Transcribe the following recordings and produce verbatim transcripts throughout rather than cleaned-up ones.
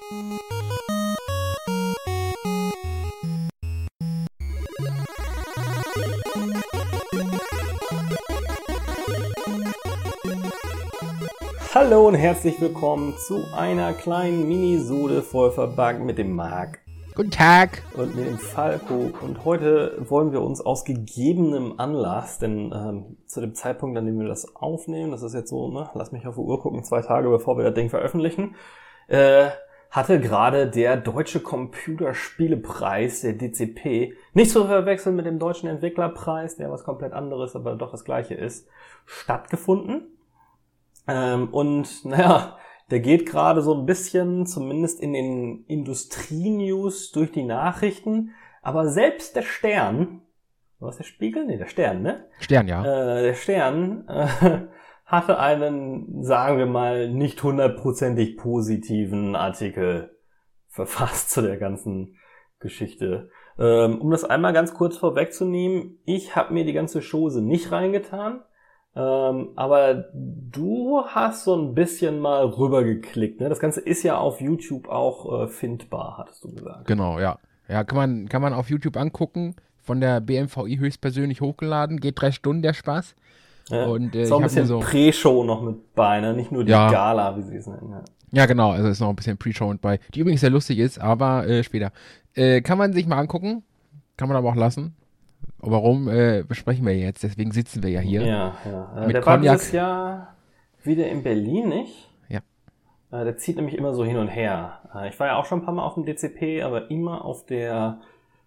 Hallo und herzlich willkommen zu einer kleinen Minisode voll verbuggt mit dem Marc. Guten Tag. Und mit dem Falco. Und heute wollen wir uns aus gegebenem Anlass, denn ähm, zu dem Zeitpunkt, an dem wir das aufnehmen, das ist jetzt so, ne, lass mich auf die Uhr gucken, zwei Tage bevor wir das Ding veröffentlichen, äh, hatte gerade der Deutsche Computerspielepreis, der D C P, nicht zu verwechseln mit dem Deutschen Entwicklerpreis, der was komplett anderes, aber doch das gleiche ist, stattgefunden. Ähm, und naja, der geht gerade so ein bisschen, zumindest in den Industrie-News, durch die Nachrichten. Aber selbst der Stern, was der Spiegel? Nee, der Stern, ne? Stern, ja. Äh, der Stern äh, hatte einen, sagen wir mal, nicht hundertprozentig positiven Artikel verfasst zu der ganzen Geschichte. Ähm, um das einmal ganz kurz vorwegzunehmen, ich habe mir die ganze Chose nicht reingetan. Ähm, aber du hast so ein bisschen mal rübergeklickt, ne? Das Ganze ist ja auf YouTube auch äh, findbar, hattest du gesagt. Genau, ja. Ja, kann man, kann man auf YouTube angucken, von der B M V I höchstpersönlich hochgeladen, geht drei Stunden der Spaß. Ja. Und, äh, ist auch ein ich bisschen so Pre-Show noch mit bei, ne? Nicht nur die ja. Gala, wie sie es nennen. Ja. ja, genau, also ist noch ein bisschen Pre-Show mit bei, die übrigens sehr lustig ist, aber äh, später. Äh, kann man sich mal angucken, kann man aber auch lassen. Warum äh, besprechen wir jetzt? Deswegen sitzen wir ja hier. Ja, ja. Äh, mit der Cognac. war dieses Jahr wieder in Berlin, nicht? Ja. Äh, der zieht nämlich immer so hin und her. Äh, ich war ja auch schon ein paar Mal auf dem D C P, aber immer auf der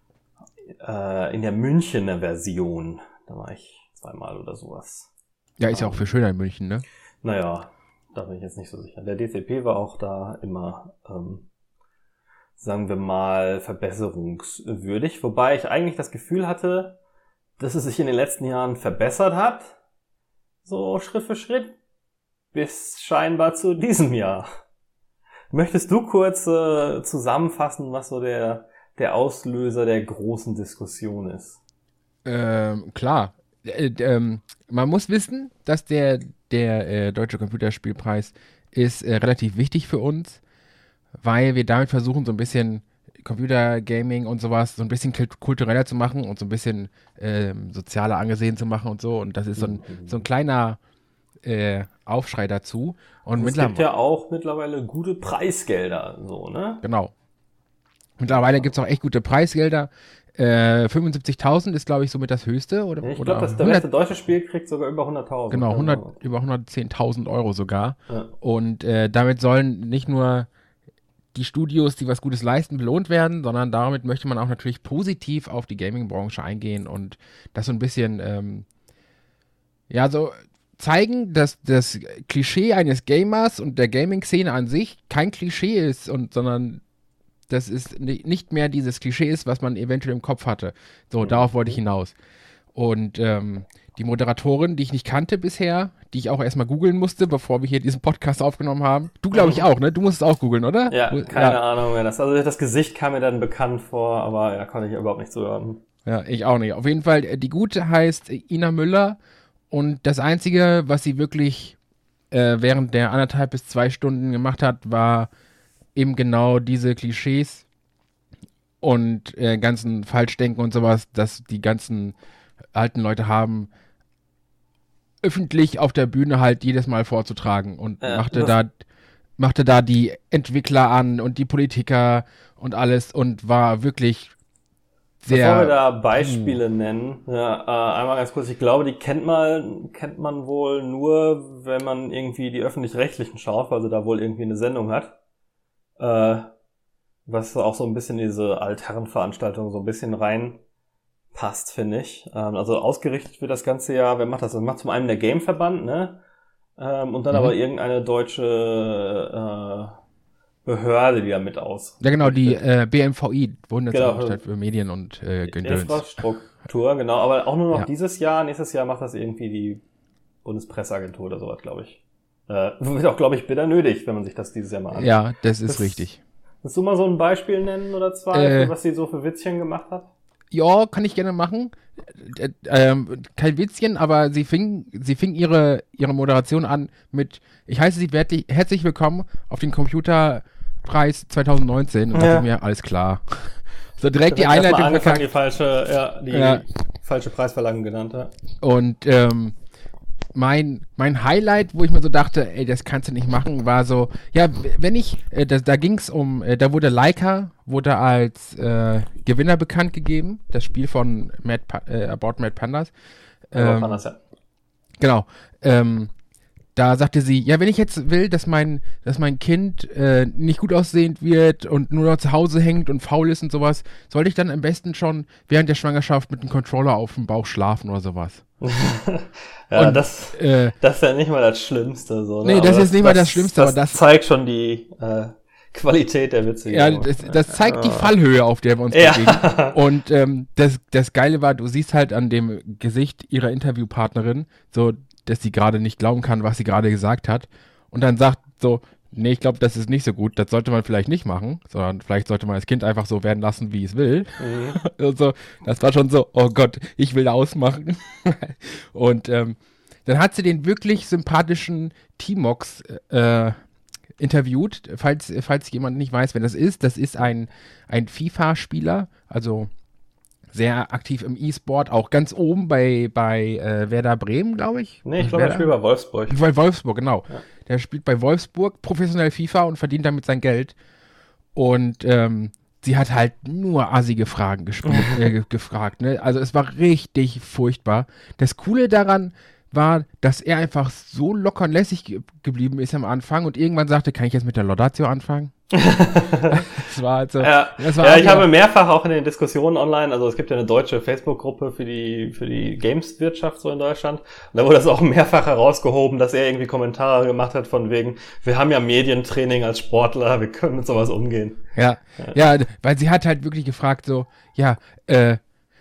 äh, in der Münchener Version. Da war ich zweimal oder sowas. Ja, ist ja auch für schöner in München, ne? Naja, da bin ich jetzt nicht so sicher. Der D C P war auch da immer, ähm, sagen wir mal, verbesserungswürdig. Wobei ich eigentlich das Gefühl hatte, dass es sich in den letzten Jahren verbessert hat. So Schritt für Schritt. Bis scheinbar zu diesem Jahr. Möchtest du kurz äh, zusammenfassen, was so der, der Auslöser der großen Diskussion ist? Ähm, klar. Äh, ähm, man muss wissen, dass der, der äh, Deutsche Computerspielpreis ist äh, relativ wichtig für uns, weil wir damit versuchen, so ein bisschen Computergaming und sowas so ein bisschen kultureller zu machen und so ein bisschen ähm, sozialer angesehen zu machen und so. Und das ist so ein, so ein kleiner äh, Aufschrei dazu. Und es gibt ja auch mittlerweile gute Preisgelder, so, ne? Genau. Mittlerweile gibt es auch echt gute Preisgelder. Äh, fünfundsiebzigtausend ist, glaube ich, somit das höchste. Oder, ich oder glaube, das der beste deutsche Spiel kriegt sogar über hunderttausend. Genau, hundert, über hundertzehntausend Euro sogar. Ja. Und äh, damit sollen nicht nur die Studios, die was Gutes leisten, belohnt werden, sondern damit möchte man auch natürlich positiv auf die Gaming-Branche eingehen und das so ein bisschen, ähm, ja, so zeigen, dass das Klischee eines Gamers und der Gaming-Szene an sich kein Klischee ist, und sondern das ist nicht mehr dieses Klischee ist, was man eventuell im Kopf hatte. So, mhm. darauf wollte ich hinaus. Und ähm, die Moderatorin, die ich nicht kannte bisher, die ich auch erstmal googeln musste, bevor wir hier diesen Podcast aufgenommen haben. Du, glaube ich, auch, ne? Du musstest auch googeln, oder? Ja, keine ja. Ahnung mehr. Das, also das Gesicht kam mir dann bekannt vor, aber ja, konnte ich überhaupt nicht zuhören. Ja, ich auch nicht. Auf jeden Fall, die Gute heißt Ina Müller und das Einzige, was sie wirklich äh, während der anderthalb bis zwei Stunden gemacht hat, war eben genau diese Klischees und äh, ganzen Falschdenken und sowas, dass die ganzen alten Leute haben, öffentlich auf der Bühne halt jedes Mal vorzutragen und ja, machte da machte da die Entwickler an und die Politiker und alles und war wirklich sehr... Bevor wir da Beispiele hm. nennen, ja, äh, einmal ganz kurz, ich glaube, die kennt man, kennt man wohl nur, wenn man irgendwie die Öffentlich-Rechtlichen schaut, weil sie da wohl irgendwie eine Sendung hat. Äh, was auch so ein bisschen in diese Altherrenveranstaltung so ein bisschen rein passt, finde ich. Ähm, also ausgerichtet wird das Ganze ja, wer macht das? Das macht zum einen der Gameverband, ne? Ähm, und dann mhm. aber irgendeine deutsche äh, Behörde, die da mit aus. Ja, genau, die äh, B M V I, Bundesanstalt genau, für Medien und äh, Gedöns. Infrastruktur, genau, aber auch nur noch ja. dieses Jahr. Nächstes Jahr macht das irgendwie die Bundespresseagentur oder sowas, glaube ich. Äh, wird auch, glaube ich, bitter nötig, wenn man sich das dieses Jahr mal anschaut. Ja, das ist das, richtig. Willst du mal so ein Beispiel nennen oder zwei, äh, was sie so für Witzchen gemacht hat? Ja, kann ich gerne machen. Äh, ähm, kein Witzchen, aber sie fing, sie fing ihre, ihre Moderation an mit: Ich heiße Sie herzlich willkommen auf den Computer Preis zwanzig neunzehn und Ja. dachte mir, alles klar. So direkt die Direkt erstmal Einleitung angefangen, verkackt. die falsche, ja, die Ja. falsche Preisverlangen genannt, ja. Und ähm, mein, mein Highlight, wo ich mir so dachte, ey, das kannst du nicht machen, war so, ja, wenn ich, äh, das, da ging es um, äh, da wurde Laika, wurde als äh, Gewinner bekannt gegeben, das Spiel von Mad pa äh, About Mad Pandas. Aber Ähm, Pandas, ja. Genau. Ähm, da sagte sie, ja, wenn ich jetzt will, dass mein, dass mein Kind äh, nicht gut aussehend wird und nur noch zu Hause hängt und faul ist und sowas, sollte ich dann am besten schon während der Schwangerschaft mit einem Controller auf dem Bauch schlafen oder sowas. Ja, Und, das, äh, das ist ja nicht mal das Schlimmste. So, ne? Nee, das Aber ist nicht mal das Schlimmste, das aber das- zeigt schon die äh, Qualität der Witze. Ja, hier. das, das zeigt die Ja. Fallhöhe, auf der wir uns Ja. bewegen. Und ähm, das, das Geile war, du siehst halt an dem Gesicht ihrer Interviewpartnerin, so, dass sie gerade nicht glauben kann, was sie gerade gesagt hat. Und dann sagt so, nee, ich glaube, das ist nicht so gut, das sollte man vielleicht nicht machen, sondern vielleicht sollte man das Kind einfach so werden lassen, wie es will. Mhm. Und so, das war schon so, oh Gott, ich will ausmachen. Und ähm, dann hat sie den wirklich sympathischen T-Mox äh, interviewt, falls, falls jemand nicht weiß, wer das ist. Das ist ein, ein FIFA-Spieler, also sehr aktiv im E-Sport, auch ganz oben bei, bei äh, Werder Bremen, glaube ich. Nee, ich glaube, er spielt bei Wolfsburg. Bei Wolfsburg, genau. Ja. Der spielt bei Wolfsburg professionell FIFA und verdient damit sein Geld. Und ähm, sie hat halt nur assige Fragen gespielt, äh, ge- gefragt. Ne? Also es war richtig furchtbar. Das Coole daran war, dass er einfach so locker und lässig ge geblieben ist am Anfang und irgendwann sagte, kann ich jetzt mit der Laudatio anfangen? Das war also, Ja, das war ja auch ich wieder- habe mehrfach auch in den Diskussionen online, also es gibt ja eine deutsche Facebook-Gruppe für die für die Games-Wirtschaft so in Deutschland. Und da wurde das auch mehrfach herausgehoben, dass er irgendwie Kommentare gemacht hat von wegen, wir haben ja Medientraining als Sportler, wir können mit sowas umgehen. Ja, ja, weil sie hat halt wirklich gefragt so, ja, äh,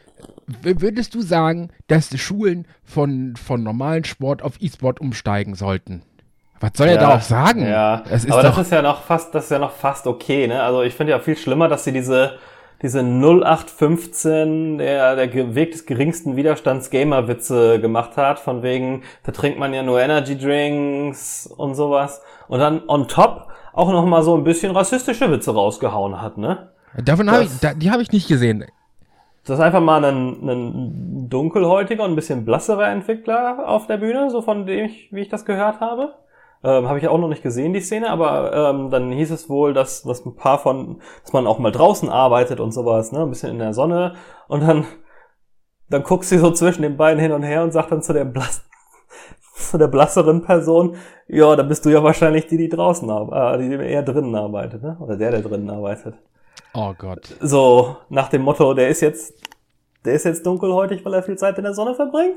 w- würdest du sagen, dass die Schulen von, von normalen Sport auf E-Sport umsteigen sollten? Was soll er da auch sagen? Ja, Das ist aber doch, das ist ja noch fast, das ist ja noch fast okay, ne? Also ich finde ja viel schlimmer, dass sie diese diese null acht fünfzehn, der der Ge- Weg des geringsten Widerstands Gamer-Witze gemacht hat, von wegen, da trinkt man ja nur Energy Drinks und sowas. Und dann on top auch noch mal so ein bisschen rassistische Witze rausgehauen hat, ne? davon habe ich, das- da, die habe ich nicht gesehen. Das ist einfach mal ein, ein dunkelhäutiger und ein bisschen blasserer Entwickler auf der Bühne, so von dem ich, wie ich das gehört habe. Ähm, habe ich auch noch nicht gesehen, die Szene, aber ähm, dann hieß es wohl, dass, dass ein paar von, dass man auch mal draußen arbeitet und sowas, ne, ein bisschen in der Sonne. Und dann, dann guckst du so zwischen den beiden hin und her und sagt dann zu der blass, zu der blasseren Person, ja, da bist du ja wahrscheinlich die, die draußen arbeitet, äh, die eher drinnen arbeitet, ne, oder der, der drinnen arbeitet. Oh Gott. So, nach dem Motto, der ist jetzt, der ist jetzt dunkelhäutig, weil er viel Zeit in der Sonne verbringt?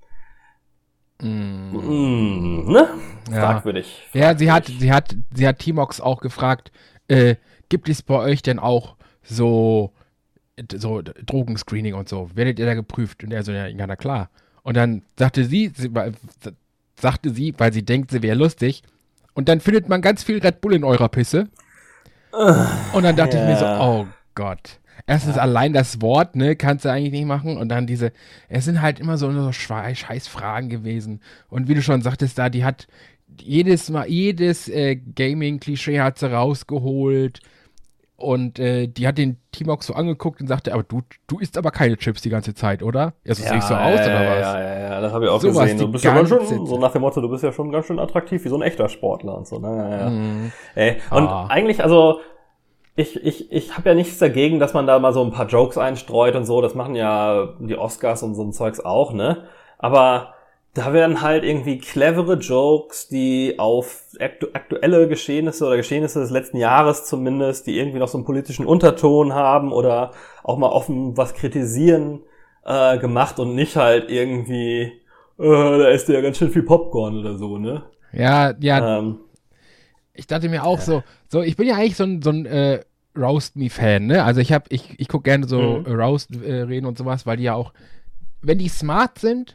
Mm. Mm, ne? Ja. Fragwürdig. Ja, sie hat, Fragwürdig. sie hat, sie hat T-Mox auch gefragt, äh, gibt es bei euch denn auch so, so Drogenscreening und so? Werdet ihr da geprüft? Und er so, ja, ja, na klar. Und dann sagte sie, sie weil- sagte sie, weil sie denkt, sie wäre lustig, und dann findet man ganz viel Red Bull in eurer Pisse. Und dann dachte ich mir so, ja. oh Gott. Erstens allein das Wort, ne, kannst du eigentlich nicht machen. Und dann diese, es sind halt immer so, so schwe- scheiß Fragen gewesen. Und wie du schon sagtest, da, die hat jedes Mal, jedes äh, Gaming-Klischee hat sie rausgeholt. Und äh, die hat den T-Mox so angeguckt und sagte, aber du, du isst aber keine Chips die ganze Zeit, oder? Ja, so sehe ich so aus, ja, oder ja, was? Ja, ja, ja, das habe ich auch Sowas gesehen. Du die bist ja ganz ganze schön, so nach dem Motto, du bist ja schon ganz schön attraktiv, wie so ein echter Sportler und so. Ne? Ja, ja. Mhm. Ey, und Ah. eigentlich, also, ich, ich, ich habe ja nichts dagegen, dass man da mal so ein paar Jokes einstreut und so. Das machen ja die Oscars und so ein Zeugs auch, ne? Aber da werden halt irgendwie clevere Jokes, die auf aktu aktuelle Geschehnisse oder Geschehnisse des letzten Jahres zumindest, die irgendwie noch so einen politischen Unterton haben oder auch mal offen was kritisieren, äh, gemacht und nicht halt irgendwie, äh, da isst du ja ganz schön viel Popcorn oder so, ne? Ja, ja, Ähm, ich dachte mir auch so, so, ich bin ja eigentlich so ein, so ein äh, Roast-Me-Fan, ne? Also ich hab, ich, ich gucke gerne so Mhm. äh, Roast-Reden und sowas, weil die ja auch, wenn die smart sind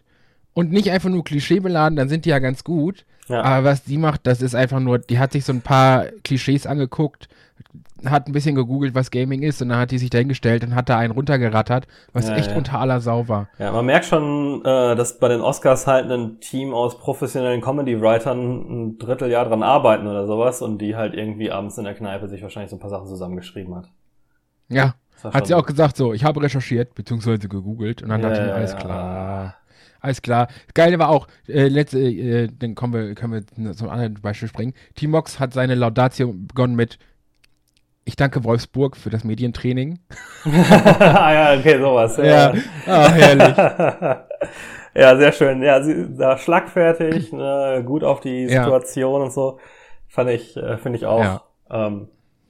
und nicht einfach nur klischeebeladen, dann sind die ja ganz gut. Ja. Aber was die macht, das ist einfach nur, die hat sich so ein paar Klischees angeguckt, hat ein bisschen gegoogelt, was Gaming ist, und dann hat die sich dahingestellt und hat da einen runtergerattert, was ja, echt ja. unter aller Sau war. Ja, man merkt schon, äh, dass bei den Oscars halt ein Team aus professionellen Comedy-Writern ein Dritteljahr dran arbeiten oder sowas und die halt irgendwie abends in der Kneipe sich wahrscheinlich so ein paar Sachen zusammengeschrieben hat. Ja, hat sie auch gesagt so, ich habe recherchiert, beziehungsweise gegoogelt, und dann ja, dachte ich mir, alles ja. klar. Alles klar. Das Geile war auch, äh, letzte, äh, dann kommen wir, können wir zum anderen Beispiel springen. T-Mox hat seine Laudatio begonnen mit: Ich danke Wolfsburg für das Medientraining. Ah ja, okay, sowas. Ja, ja. Ah, herrlich. Ja, sehr schön. Ja, sie da schlagfertig, ne, gut auf die Situation ja. und so. Fand ich, äh, finde ich auch. Ja. Ähm,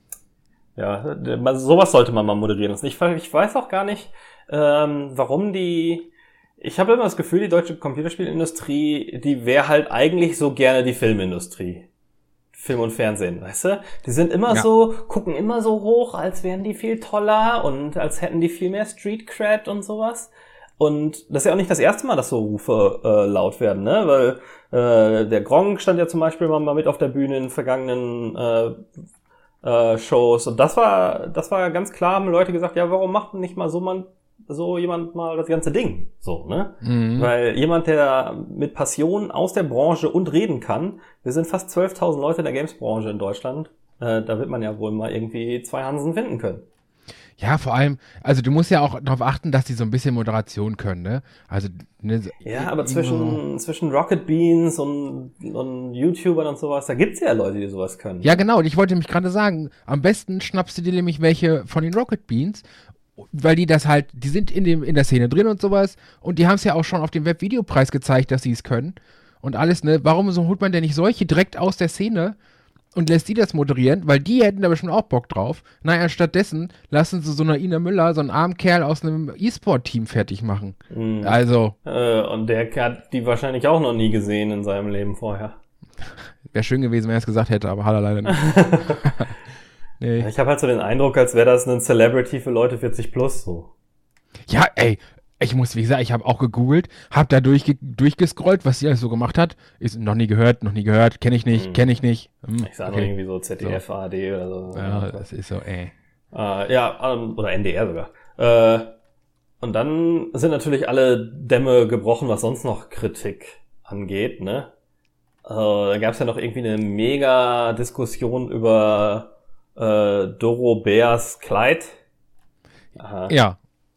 ja, sowas sollte man mal moderieren. Ich, ich weiß auch gar nicht, ähm, warum die. Ich habe immer das Gefühl, die deutsche Computerspielindustrie, die wäre halt eigentlich so gerne die Filmindustrie. Film und Fernsehen, weißt du? Die sind immer ja. so, gucken immer so hoch, als wären die viel toller und als hätten die viel mehr Street Cred und sowas. Und das ist ja auch nicht das erste Mal, dass so Rufe äh, laut werden, ne? Weil äh, der Gronkh stand ja zum Beispiel mal mit auf der Bühne in vergangenen äh, äh, Shows. Und das war, das war ganz klar, haben Leute gesagt, ja, warum macht nicht mal so man so jemand mal das ganze Ding, so, ne? Mhm. Weil jemand, der mit Passion aus der Branche und reden kann, wir sind fast zwölftausend Leute in der Games-Branche in Deutschland, äh, da wird man ja wohl mal irgendwie zwei Hansen finden können. Ja, vor allem, also du musst ja auch darauf achten, dass die so ein bisschen Moderation können, ne? Also ne, ja, aber zwischen so. zwischen Rocket Beans und, und YouTubern und sowas, da gibt's ja Leute, die sowas können. Ja, genau, und ich wollte mich gerade sagen, am besten schnappst du dir nämlich welche von den Rocket Beans, weil die das halt, die sind in dem in der Szene drin und sowas, und die haben es ja auch schon auf dem Webvideopreis gezeigt, dass sie es können und alles, ne? Warum so holt man denn nicht solche direkt aus der Szene und lässt die das moderieren? Weil die hätten da bestimmt auch Bock drauf. Naja, stattdessen lassen sie so eine Ina Müller, so einen armen Kerl aus einem E-Sport-Team fertig machen. Mhm. Also. Äh, und der hat die wahrscheinlich auch noch nie gesehen in seinem Leben vorher. Wäre schön gewesen, wenn er es gesagt hätte, aber hat er leider nicht. Nee. Ich habe halt so den Eindruck, als wäre das ein Celebrity für Leute vierzig plus so. Ja, ey, ich muss, wie gesagt, ich habe auch gegoogelt, habe da durchge- durchgescrollt, was sie alles so gemacht hat. Ist noch nie gehört, noch nie gehört, kenne ich nicht, hm. kenne ich nicht. Hm, ich sage okay. irgendwie so Z D F, so. A R D oder so. Ja, das ist so, ey. Äh, ja, ähm, oder N D R sogar. Äh, und dann sind natürlich alle Dämme gebrochen, was sonst noch Kritik angeht, ne? Äh, da gab es ja noch irgendwie eine mega Diskussion über Äh, Doro Bears Kleid. Aha. Ja.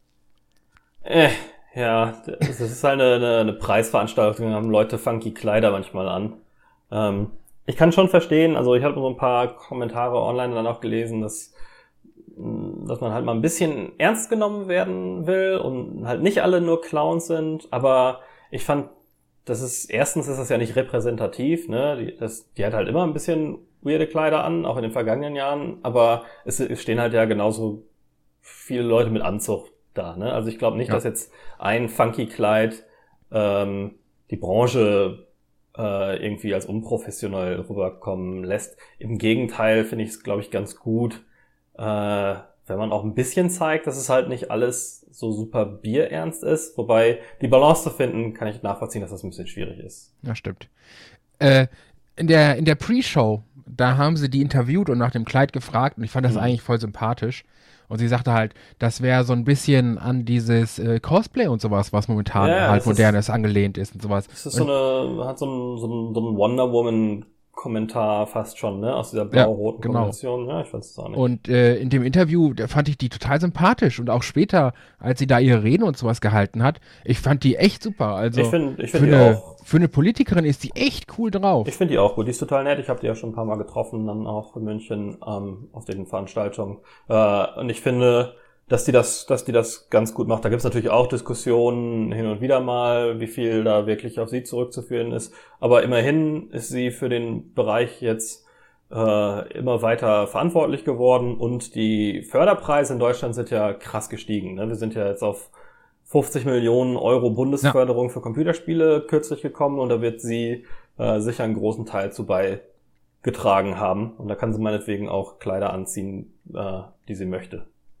Äh, ja, das ist halt eine, eine, eine Preisveranstaltung, da haben Leute funky Kleider manchmal an. Ähm, ich kann schon verstehen, also ich habe so ein paar Kommentare online dann auch gelesen, dass, dass man halt mal ein bisschen ernst genommen werden will und halt nicht alle nur Clowns sind, aber ich fand, das ist, erstens ist das ja nicht repräsentativ, ne, die, das, die hat halt immer ein bisschen weirde Kleider an, auch in den vergangenen Jahren, aber es, es stehen halt ja genauso viele Leute mit Anzug da, ne? Also ich glaube nicht, ja. dass jetzt ein funky Kleid ähm, die Branche äh, irgendwie als unprofessionell rüberkommen lässt. Im Gegenteil finde ich es, glaube ich, ganz gut, äh, wenn man auch ein bisschen zeigt, dass es halt nicht alles so super bierernst ist. Wobei die Balance zu finden, kann ich nachvollziehen, dass das ein bisschen schwierig ist. Ja, stimmt. Äh, in der in der Pre-Show, da haben sie die interviewt und nach dem Kleid gefragt, und ich fand das mhm. eigentlich voll sympathisch. Und sie sagte halt, das wäre so ein bisschen an dieses äh, Cosplay und sowas, was momentan ja, halt modern ist, angelehnt ist und sowas. Das ist und, so eine, hat so ein, so ein, so ein Wonder Woman Kommentar fast schon, ne? Aus dieser blau-roten ja, genau. Kombination. Ja, ich weiß es auch nicht. Und äh, in dem Interview, da fand ich die total sympathisch. Und auch später, als sie da ihre Reden und sowas gehalten hat, ich fand die echt super. Also ich finde ich find die eine, auch. Für eine Politikerin ist die echt cool drauf. Ich finde die auch gut. Die ist total nett. Ich habe die ja schon ein paar Mal getroffen, dann auch in München ähm, auf den Veranstaltungen. Äh, und ich finde, dass die das, dass die das ganz gut macht. Da gibt's natürlich auch Diskussionen hin und wieder mal, wie viel da wirklich auf sie zurückzuführen ist. Aber immerhin ist sie für den Bereich jetzt äh, immer weiter verantwortlich geworden, und die Förderpreise in Deutschland sind ja krass gestiegen. Ne? Wir sind ja jetzt auf fünfzig Millionen Euro Bundesförderung ja. für Computerspiele kürzlich gekommen, und da wird sie äh, sicher einen großen Teil zu beigetragen haben. Und da kann sie meinetwegen auch Kleider anziehen, äh, die sie möchte.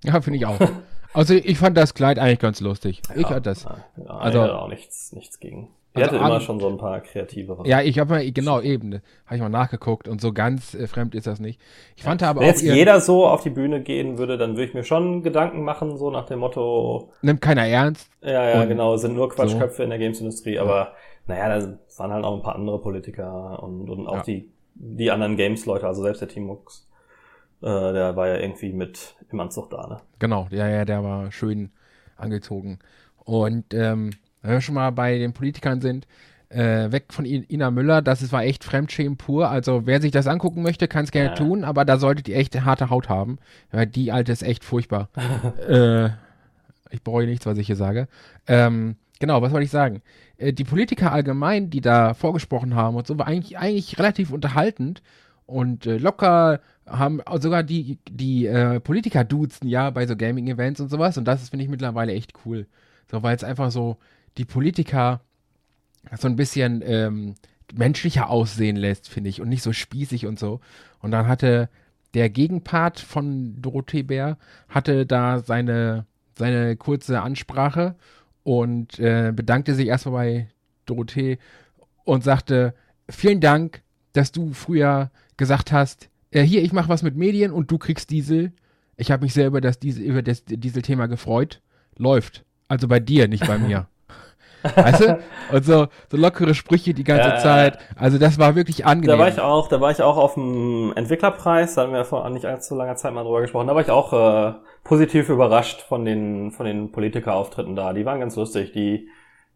Ja, finde ich auch. Also ich fand das Kleid eigentlich ganz lustig. Ja, ich hatte das. Ja, ja, Also- ich hatte auch nichts, nichts gegen. Die Also hatte immer an- schon so ein paar kreativere. Ja, ich habe mal, genau, eben, habe ich mal nachgeguckt und so ganz äh, fremd ist das nicht. Ich fand aber Wenn auch, jetzt ihr jeder so auf die Bühne gehen würde, dann würde ich mir schon Gedanken machen, so nach dem Motto, nimmt keiner ernst. ja, ja, Und genau, sind nur Quatschköpfe in der Games-Industrie, aber naja, da waren halt auch ein paar andere Politiker und, und auch Ja. die, die anderen Games-Leute, also selbst der Teamux, äh, der war ja irgendwie mit im Anzug da, ne? Genau, ja, ja, der war schön angezogen. Und ähm, wenn wir schon mal bei den Politikern sind, äh, weg von I- Ina Müller, das ist, war echt Fremdschämen pur. Also wer sich das angucken möchte, kann es gerne Ja. tun, aber da solltet ihr echt harte Haut haben. Weil die alte ist echt furchtbar. äh, ich bereue nichts, was ich hier sage. Ähm, genau, was wollte ich sagen? Äh, die Politiker allgemein, die da vorgesprochen haben und so, war eigentlich, eigentlich relativ unterhaltend und äh, locker, haben auch sogar die, die äh, Politiker duzen ja bei so Gaming-Events und sowas und das ist, finde ich, mittlerweile echt cool. So, weil es einfach so die Politiker so ein bisschen ähm, menschlicher aussehen lässt, finde ich, und nicht so spießig und so. Und dann hatte der Gegenpart von Dorothee Bär, hatte da seine, seine kurze Ansprache und äh, bedankte sich erstmal bei Dorothee und sagte, vielen Dank, dass du früher gesagt hast, äh, hier, ich mache was mit Medien und du kriegst Diesel. Ich habe mich sehr über das, Diesel, über das Dieselthema gefreut. Läuft. Also bei dir, nicht bei mir. Weißt du? Und so, so lockere Sprüche die ganze Ja, Zeit. Also das war wirklich angenehm. Da war ich auch, da war ich auch auf dem Entwicklerpreis, da haben wir vor nicht allzu langer Zeit mal drüber gesprochen, da war ich auch äh, positiv überrascht von den von den Politikerauftritten da. Die waren ganz lustig, die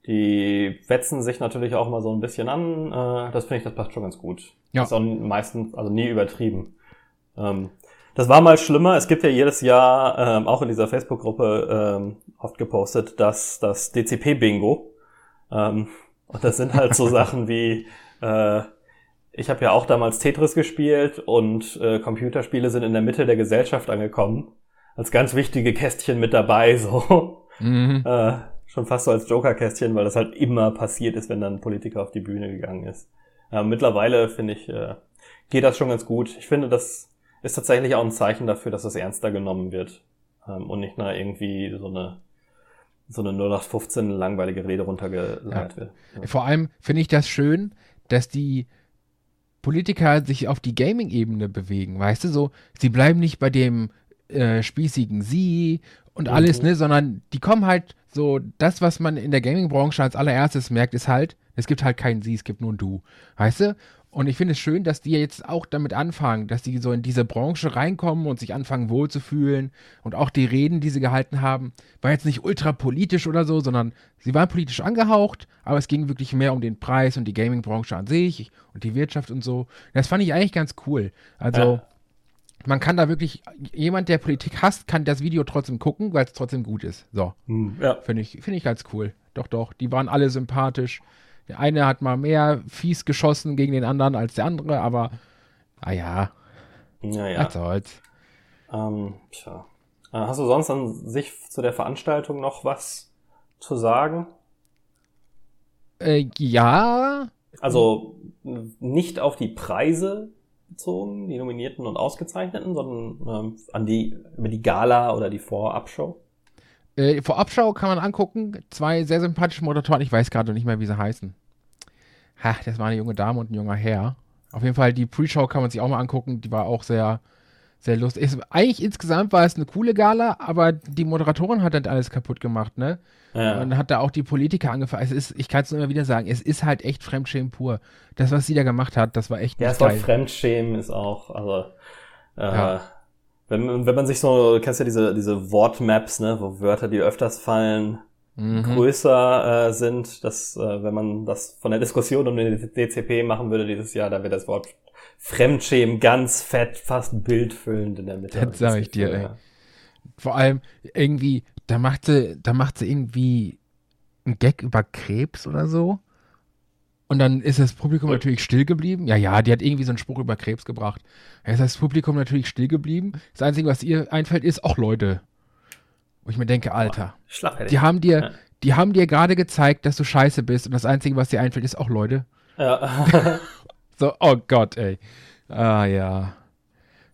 die wetzen sich natürlich auch mal so ein bisschen an, äh, das finde ich, das passt schon ganz gut. Ja. Ist auch meistens, also nie übertrieben. Ähm, das war mal schlimmer, es gibt ja jedes Jahr, ähm, auch in dieser Facebook-Gruppe ähm, oft gepostet, dass das D C P-Bingo, ähm, und das sind halt so Sachen wie, äh, ich habe ja auch damals Tetris gespielt und äh, Computerspiele sind in der Mitte der Gesellschaft angekommen. Als ganz wichtige Kästchen mit dabei, so. Mhm. Äh, schon fast so als Joker-Kästchen, weil das halt immer passiert ist, wenn dann ein Politiker auf die Bühne gegangen ist. Äh, mittlerweile, finde ich, äh, geht das schon ganz gut. Ich finde, das ist tatsächlich auch ein Zeichen dafür, dass es ernster genommen wird. Ähm, und nicht nur irgendwie so eine so eine null acht fünfzehn langweilige Rede runtergeleiert Ja. wird. Ja. Vor allem finde ich das schön, dass die Politiker sich auf die Gaming-Ebene bewegen, weißt du, so, sie bleiben nicht bei dem äh, spießigen Sie und alles, Mhm. ne, sondern die kommen halt so, das, was man in der Gaming-Branche als allererstes merkt, ist halt, es gibt halt keinen Sie, es gibt nur ein Du, weißt du? Und ich finde es schön, dass die jetzt auch damit anfangen, dass die so in diese Branche reinkommen und sich anfangen wohlzufühlen und auch die Reden, die sie gehalten haben, waren jetzt nicht ultra politisch oder so, sondern sie waren politisch angehaucht, aber es ging wirklich mehr um den Preis und die Gaming-Branche an sich und die Wirtschaft und so. Das fand ich eigentlich ganz cool. Also Ja. man kann da wirklich, jemand, der Politik hasst, kann das Video trotzdem gucken, weil es trotzdem gut ist. So, Hm, ja. finde ich, finde ich ganz cool. Doch, doch, die waren alle sympathisch. Der eine hat mal mehr fies geschossen gegen den anderen als der andere, aber naja, Naja. was soll's. Ähm, tja. Äh, Hast du sonst an sich zu der Veranstaltung noch was zu sagen? Äh, ja, Also n- nicht auf die Preise bezogen, die Nominierten und Ausgezeichneten, sondern ähm, an die über die Gala oder die Vorabshow. äh, Vorabschau kann man angucken. Zwei sehr sympathische Moderatoren, ich weiß gerade nicht mehr, wie sie heißen. Ha, das war eine junge Dame und ein junger Herr. Auf jeden Fall, die Pre-Show kann man sich auch mal angucken. Die war auch sehr, sehr lustig. Es, eigentlich insgesamt war es eine coole Gala, aber die Moderatorin hat dann alles kaputt gemacht, ne? Ja. Und hat da auch die Politiker angefangen. Es ist, ich kann es nur immer wieder sagen, es ist halt echt Fremdschämen pur. Das, was sie da gemacht hat, das war echt Ja, nicht das Wort geil. Fremdschämen ist auch, also äh, Ja. wenn, wenn man sich so, du kennst ja diese, diese Wortmaps, ne, wo Wörter, die öfters fallen, Mhm. größer äh, sind, dass äh, wenn man das von der Diskussion um den D C P machen würde dieses Jahr, dann wäre das Wort Fremdschämen ganz fett, fast bildfüllend in der Mitte. Das sag ich dir, Gefühl, ey. ja. Vor allem irgendwie, da macht sie, da macht sie irgendwie einen Gag über Krebs oder so. Und dann ist das Publikum Ui. natürlich still geblieben. Ja, ja, die hat irgendwie so einen Spruch über Krebs gebracht. Jetzt ist das Publikum natürlich still geblieben. Das Einzige, was ihr einfällt, ist, ach Leute. Wo ich mir denke, Alter, Schlagfertig. die haben dir, Ja. die haben dir gerade gezeigt, dass du scheiße bist. Und das Einzige, was dir einfällt, ist, ach Leute. Ja. So, oh Gott, ey. Ah, ja.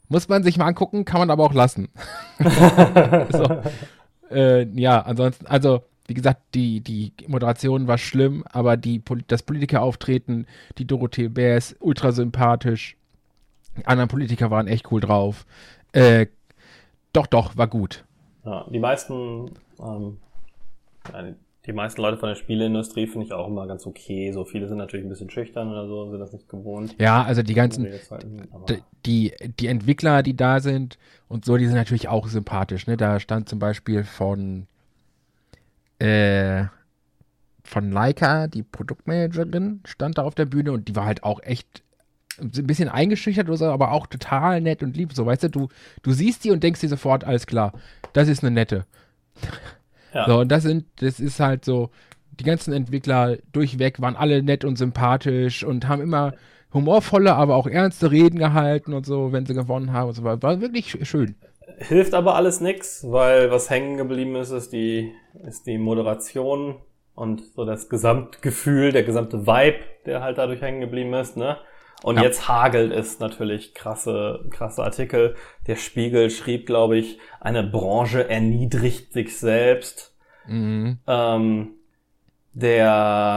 Muss man sich mal angucken, kann man aber auch lassen. so. äh, ja, ansonsten, also, wie gesagt, die, die Moderation war schlimm, aber die, das Politikerauftreten, die Dorothee Bär ist ultra sympathisch. Die anderen Politiker waren echt cool drauf. Äh, doch, doch, war gut. Ja, die meisten, ähm, die meisten Leute von der Spieleindustrie finde ich auch immer ganz okay. So viele sind natürlich ein bisschen schüchtern oder so, sind das nicht gewohnt. Ja, also die ganzen, die, die Entwickler, die da sind und so, die sind natürlich auch sympathisch. Ne? Da stand zum Beispiel von äh, von Leica, die Produktmanagerin, stand da auf der Bühne und die war halt auch echt ein bisschen eingeschüchtert oder so, aber auch total nett und lieb. So, weißt du, du, du siehst die und denkst dir sofort, alles klar, das ist eine nette. Ja. So, und das sind, das ist halt so, die ganzen Entwickler durchweg waren alle nett und sympathisch und haben immer humorvolle, aber auch ernste Reden gehalten und so, wenn sie gewonnen haben und so. War, war wirklich schön. Hilft aber alles nix, weil was hängen geblieben ist, ist die, ist die Moderation und so das Gesamtgefühl, der gesamte Vibe, der halt dadurch hängen geblieben ist, ne? Und ja. Jetzt hagelt es natürlich krasse, krasse Artikel. Der Spiegel schrieb, glaube ich, eine Branche erniedrigt sich selbst. Mhm. Ähm, der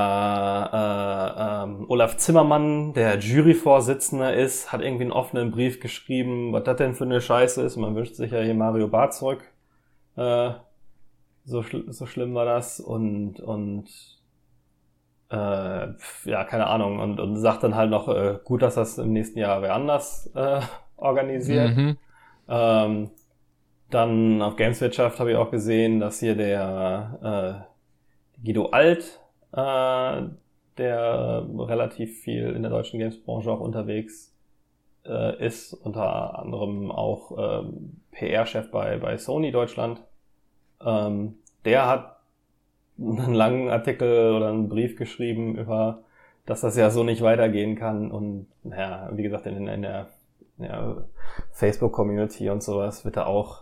äh, ähm, Olaf Zimmermann, der Juryvorsitzender ist, hat irgendwie einen offenen Brief geschrieben, was das denn für eine Scheiße ist. Man wünscht sich ja hier Mario Barth zurück. Äh, so, schl- so schlimm war das. Und, und Äh, ja, keine Ahnung, und, und sagt dann halt noch, äh, gut, dass das im nächsten Jahr wer anders äh, organisiert. Mhm. Ähm, dann auf Gameswirtschaft habe ich auch gesehen, dass hier der äh, Guido Alt, äh, der relativ viel in der deutschen Gamesbranche auch unterwegs äh, ist, unter anderem auch äh, P R-Chef bei, bei Sony Deutschland, ähm, der hat einen langen Artikel oder einen Brief geschrieben über, dass das ja so nicht weitergehen kann und naja, wie gesagt, in, in der, in der Facebook-Community und sowas wird da auch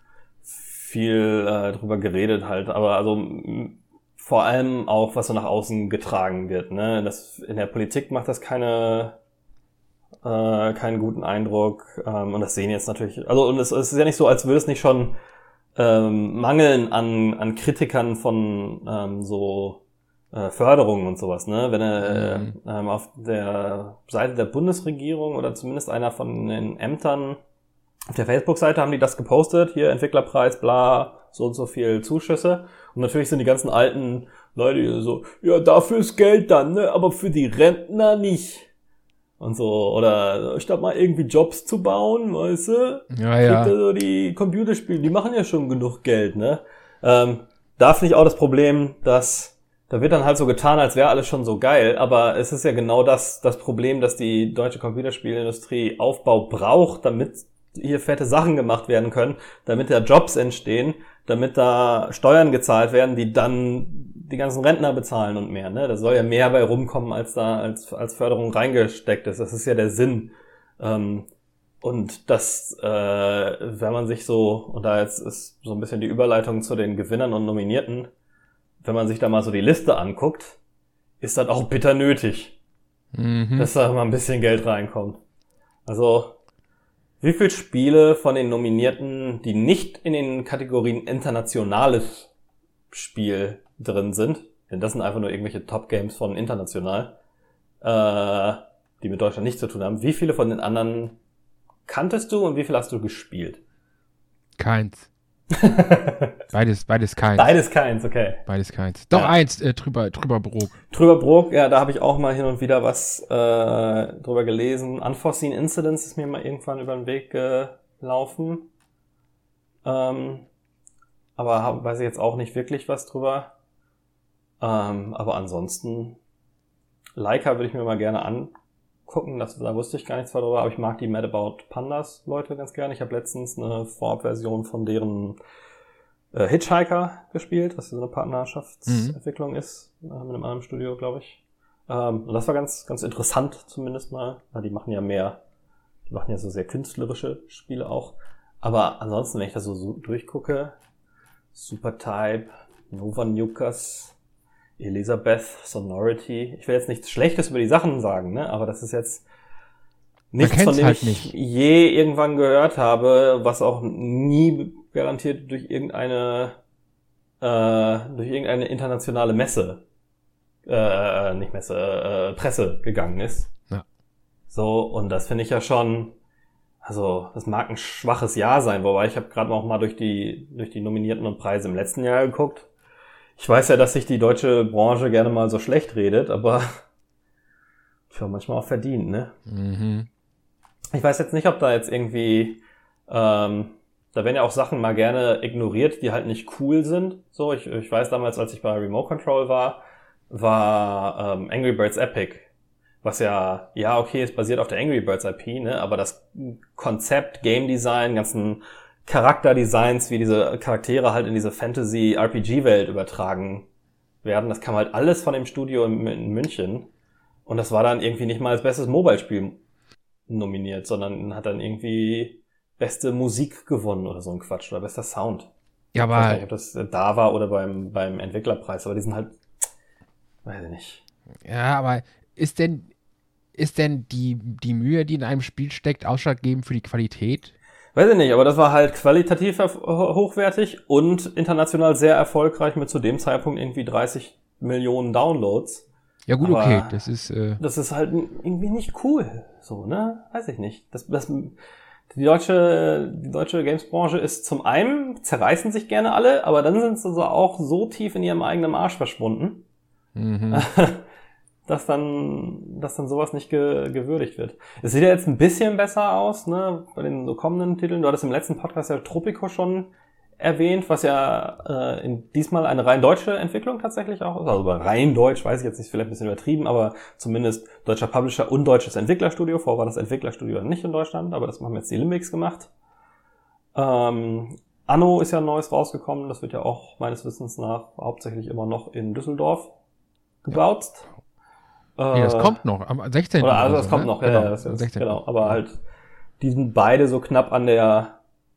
viel äh, drüber geredet halt, aber also m- vor allem auch, was so nach außen getragen wird, ne? Das, in der Politik macht das keine äh, keinen guten Eindruck ähm, und das sehen jetzt natürlich, also und es, es ist ja nicht so, als würde es nicht schon Ähm, mangeln an, an Kritikern von ähm, so äh, Förderungen und sowas, ne? Wenn er mhm. ähm, auf der Seite der Bundesregierung oder zumindest einer von den Ämtern auf der Facebook-Seite haben die das gepostet, hier Entwicklerpreis, bla, so und so viel Zuschüsse. Und natürlich sind die ganzen alten Leute die so, ja, dafür ist Geld dann, ne? Aber für die Rentner nicht. Und so, oder statt mal irgendwie Jobs zu bauen, weißt du? Ja, ja. So die Computerspiele, die machen ja schon genug Geld, ne? Ähm, da finde ich auch das Problem, dass da wird dann halt so getan, als wäre alles schon so geil, aber es ist ja genau das, das Problem, dass die deutsche Computerspielindustrie Aufbau braucht, damit hier fette Sachen gemacht werden können, damit da Jobs entstehen, damit da Steuern gezahlt werden, die dann die ganzen Rentner bezahlen und mehr, ne? Da soll ja mehr bei rumkommen, als da als als Förderung reingesteckt ist. Das ist ja der Sinn. Ähm, und das, äh, wenn man sich so, und da jetzt ist so ein bisschen die Überleitung zu den Gewinnern und Nominierten, wenn man sich da mal so die Liste anguckt, ist das auch bitter nötig, mhm. dass da mal ein bisschen Geld reinkommt. Also, wie viele Spiele von den Nominierten, die nicht in den Kategorien internationales Spiel drin sind, denn das sind einfach nur irgendwelche Top-Games von international, äh, die mit Deutschland nichts zu tun haben. Wie viele von den anderen kanntest du und wie viele hast du gespielt? Keins. beides, beides keins. Beides keins, okay. Beides keins. Doch ja. eins, äh, drüber, drüber Brok. Drüber Brok, ja, da habe ich auch mal hin und wieder was äh, drüber gelesen. Unforeseen Incidents ist mir mal irgendwann über den Weg gelaufen. Ähm, aber hab, weiß ich jetzt auch nicht wirklich was drüber. Ähm, aber ansonsten, Leica würde ich mir mal gerne angucken. Das, da wusste ich gar nichts darüber, aber ich mag die Mad About Pandas Leute ganz gerne. Ich habe letztens eine Vorabversion von deren äh, Hitchhiker gespielt, was so eine Partnerschaftsentwicklung mhm. ist, äh, mit einem anderen Studio, glaube ich. Ähm, und das war ganz, ganz interessant zumindest mal. Ja, die machen ja mehr, die machen ja so sehr künstlerische Spiele auch. Aber ansonsten, wenn ich das so, so durchgucke, Supertype, Nova Nukers, Elisabeth, Sonority. Ich will jetzt nichts Schlechtes über die Sachen sagen, ne? Aber das ist jetzt nichts, von dem halt ich nicht. je irgendwann gehört habe, was auch nie garantiert durch irgendeine äh, durch irgendeine internationale Messe, äh, nicht Messe, äh, Presse gegangen ist. Ja. So, und das finde ich ja schon, also das mag ein schwaches Jahr sein, wobei ich habe gerade auch mal durch die durch die Nominierten und Preise im letzten Jahr geguckt. Ich weiß ja, dass sich die deutsche Branche gerne mal so schlecht redet, aber tja, manchmal auch verdient, ne? Mhm. Ich weiß jetzt nicht, ob da jetzt irgendwie, ähm, da werden ja auch Sachen mal gerne ignoriert, die halt nicht cool sind. So, ich, ich weiß damals, als ich bei Remote Control war, war ähm, Angry Birds Epic, was ja, ja okay, es basiert auf der Angry Birds I P, ne, aber das Konzept, Game Design, ganzen Charakterdesigns, wie diese Charaktere halt in diese Fantasy-R P G-Welt übertragen werden, das kam halt alles von dem Studio in, in München. Und das war dann irgendwie nicht mal als bestes Mobile-Spiel nominiert, sondern hat dann irgendwie beste Musik gewonnen oder so ein Quatsch oder bester Sound. Ja, Ich weiß aber nicht, ob das da war oder beim beim Entwicklerpreis, aber die sind halt, weiß ich nicht. ja, aber ist denn ist denn die die Mühe, die in einem Spiel steckt, ausschlaggebend für die Qualität? Weiß ich nicht, aber das war halt qualitativ erf- hochwertig und international sehr erfolgreich mit zu dem Zeitpunkt irgendwie dreißig Millionen Downloads. Ja gut, Aber okay, das ist äh, Das ist halt irgendwie nicht cool, so, ne? Weiß ich nicht. Das, das, die deutsche, die deutsche Games-Branche ist zum einen, zerreißen sich gerne alle, aber dann sind sie so auch so tief in ihrem eigenen Arsch verschwunden, mhm. dass dann, dass dann sowas nicht ge, gewürdigt wird. Es sieht ja jetzt ein bisschen besser aus, ne, bei den so kommenden Titeln. Du hattest im letzten Podcast ja Tropico schon erwähnt, was ja äh, in, diesmal eine rein deutsche Entwicklung tatsächlich auch ist. Also rein deutsch, weiß ich jetzt nicht, vielleicht ein bisschen übertrieben, aber zumindest deutscher Publisher und deutsches Entwicklerstudio. Vorher war das Entwicklerstudio nicht in Deutschland, aber das haben jetzt die Limbics gemacht. Ähm, Anno ist ja ein neues rausgekommen, das wird ja auch meines Wissens nach hauptsächlich immer noch in Düsseldorf gebaut. Ja. Nee, das äh, kommt noch, am sechzehnten Oder also das so, kommt ne? noch, Genau, ja, ja, das am ist, sechzehnten genau. Aber halt, die sind beide so knapp an der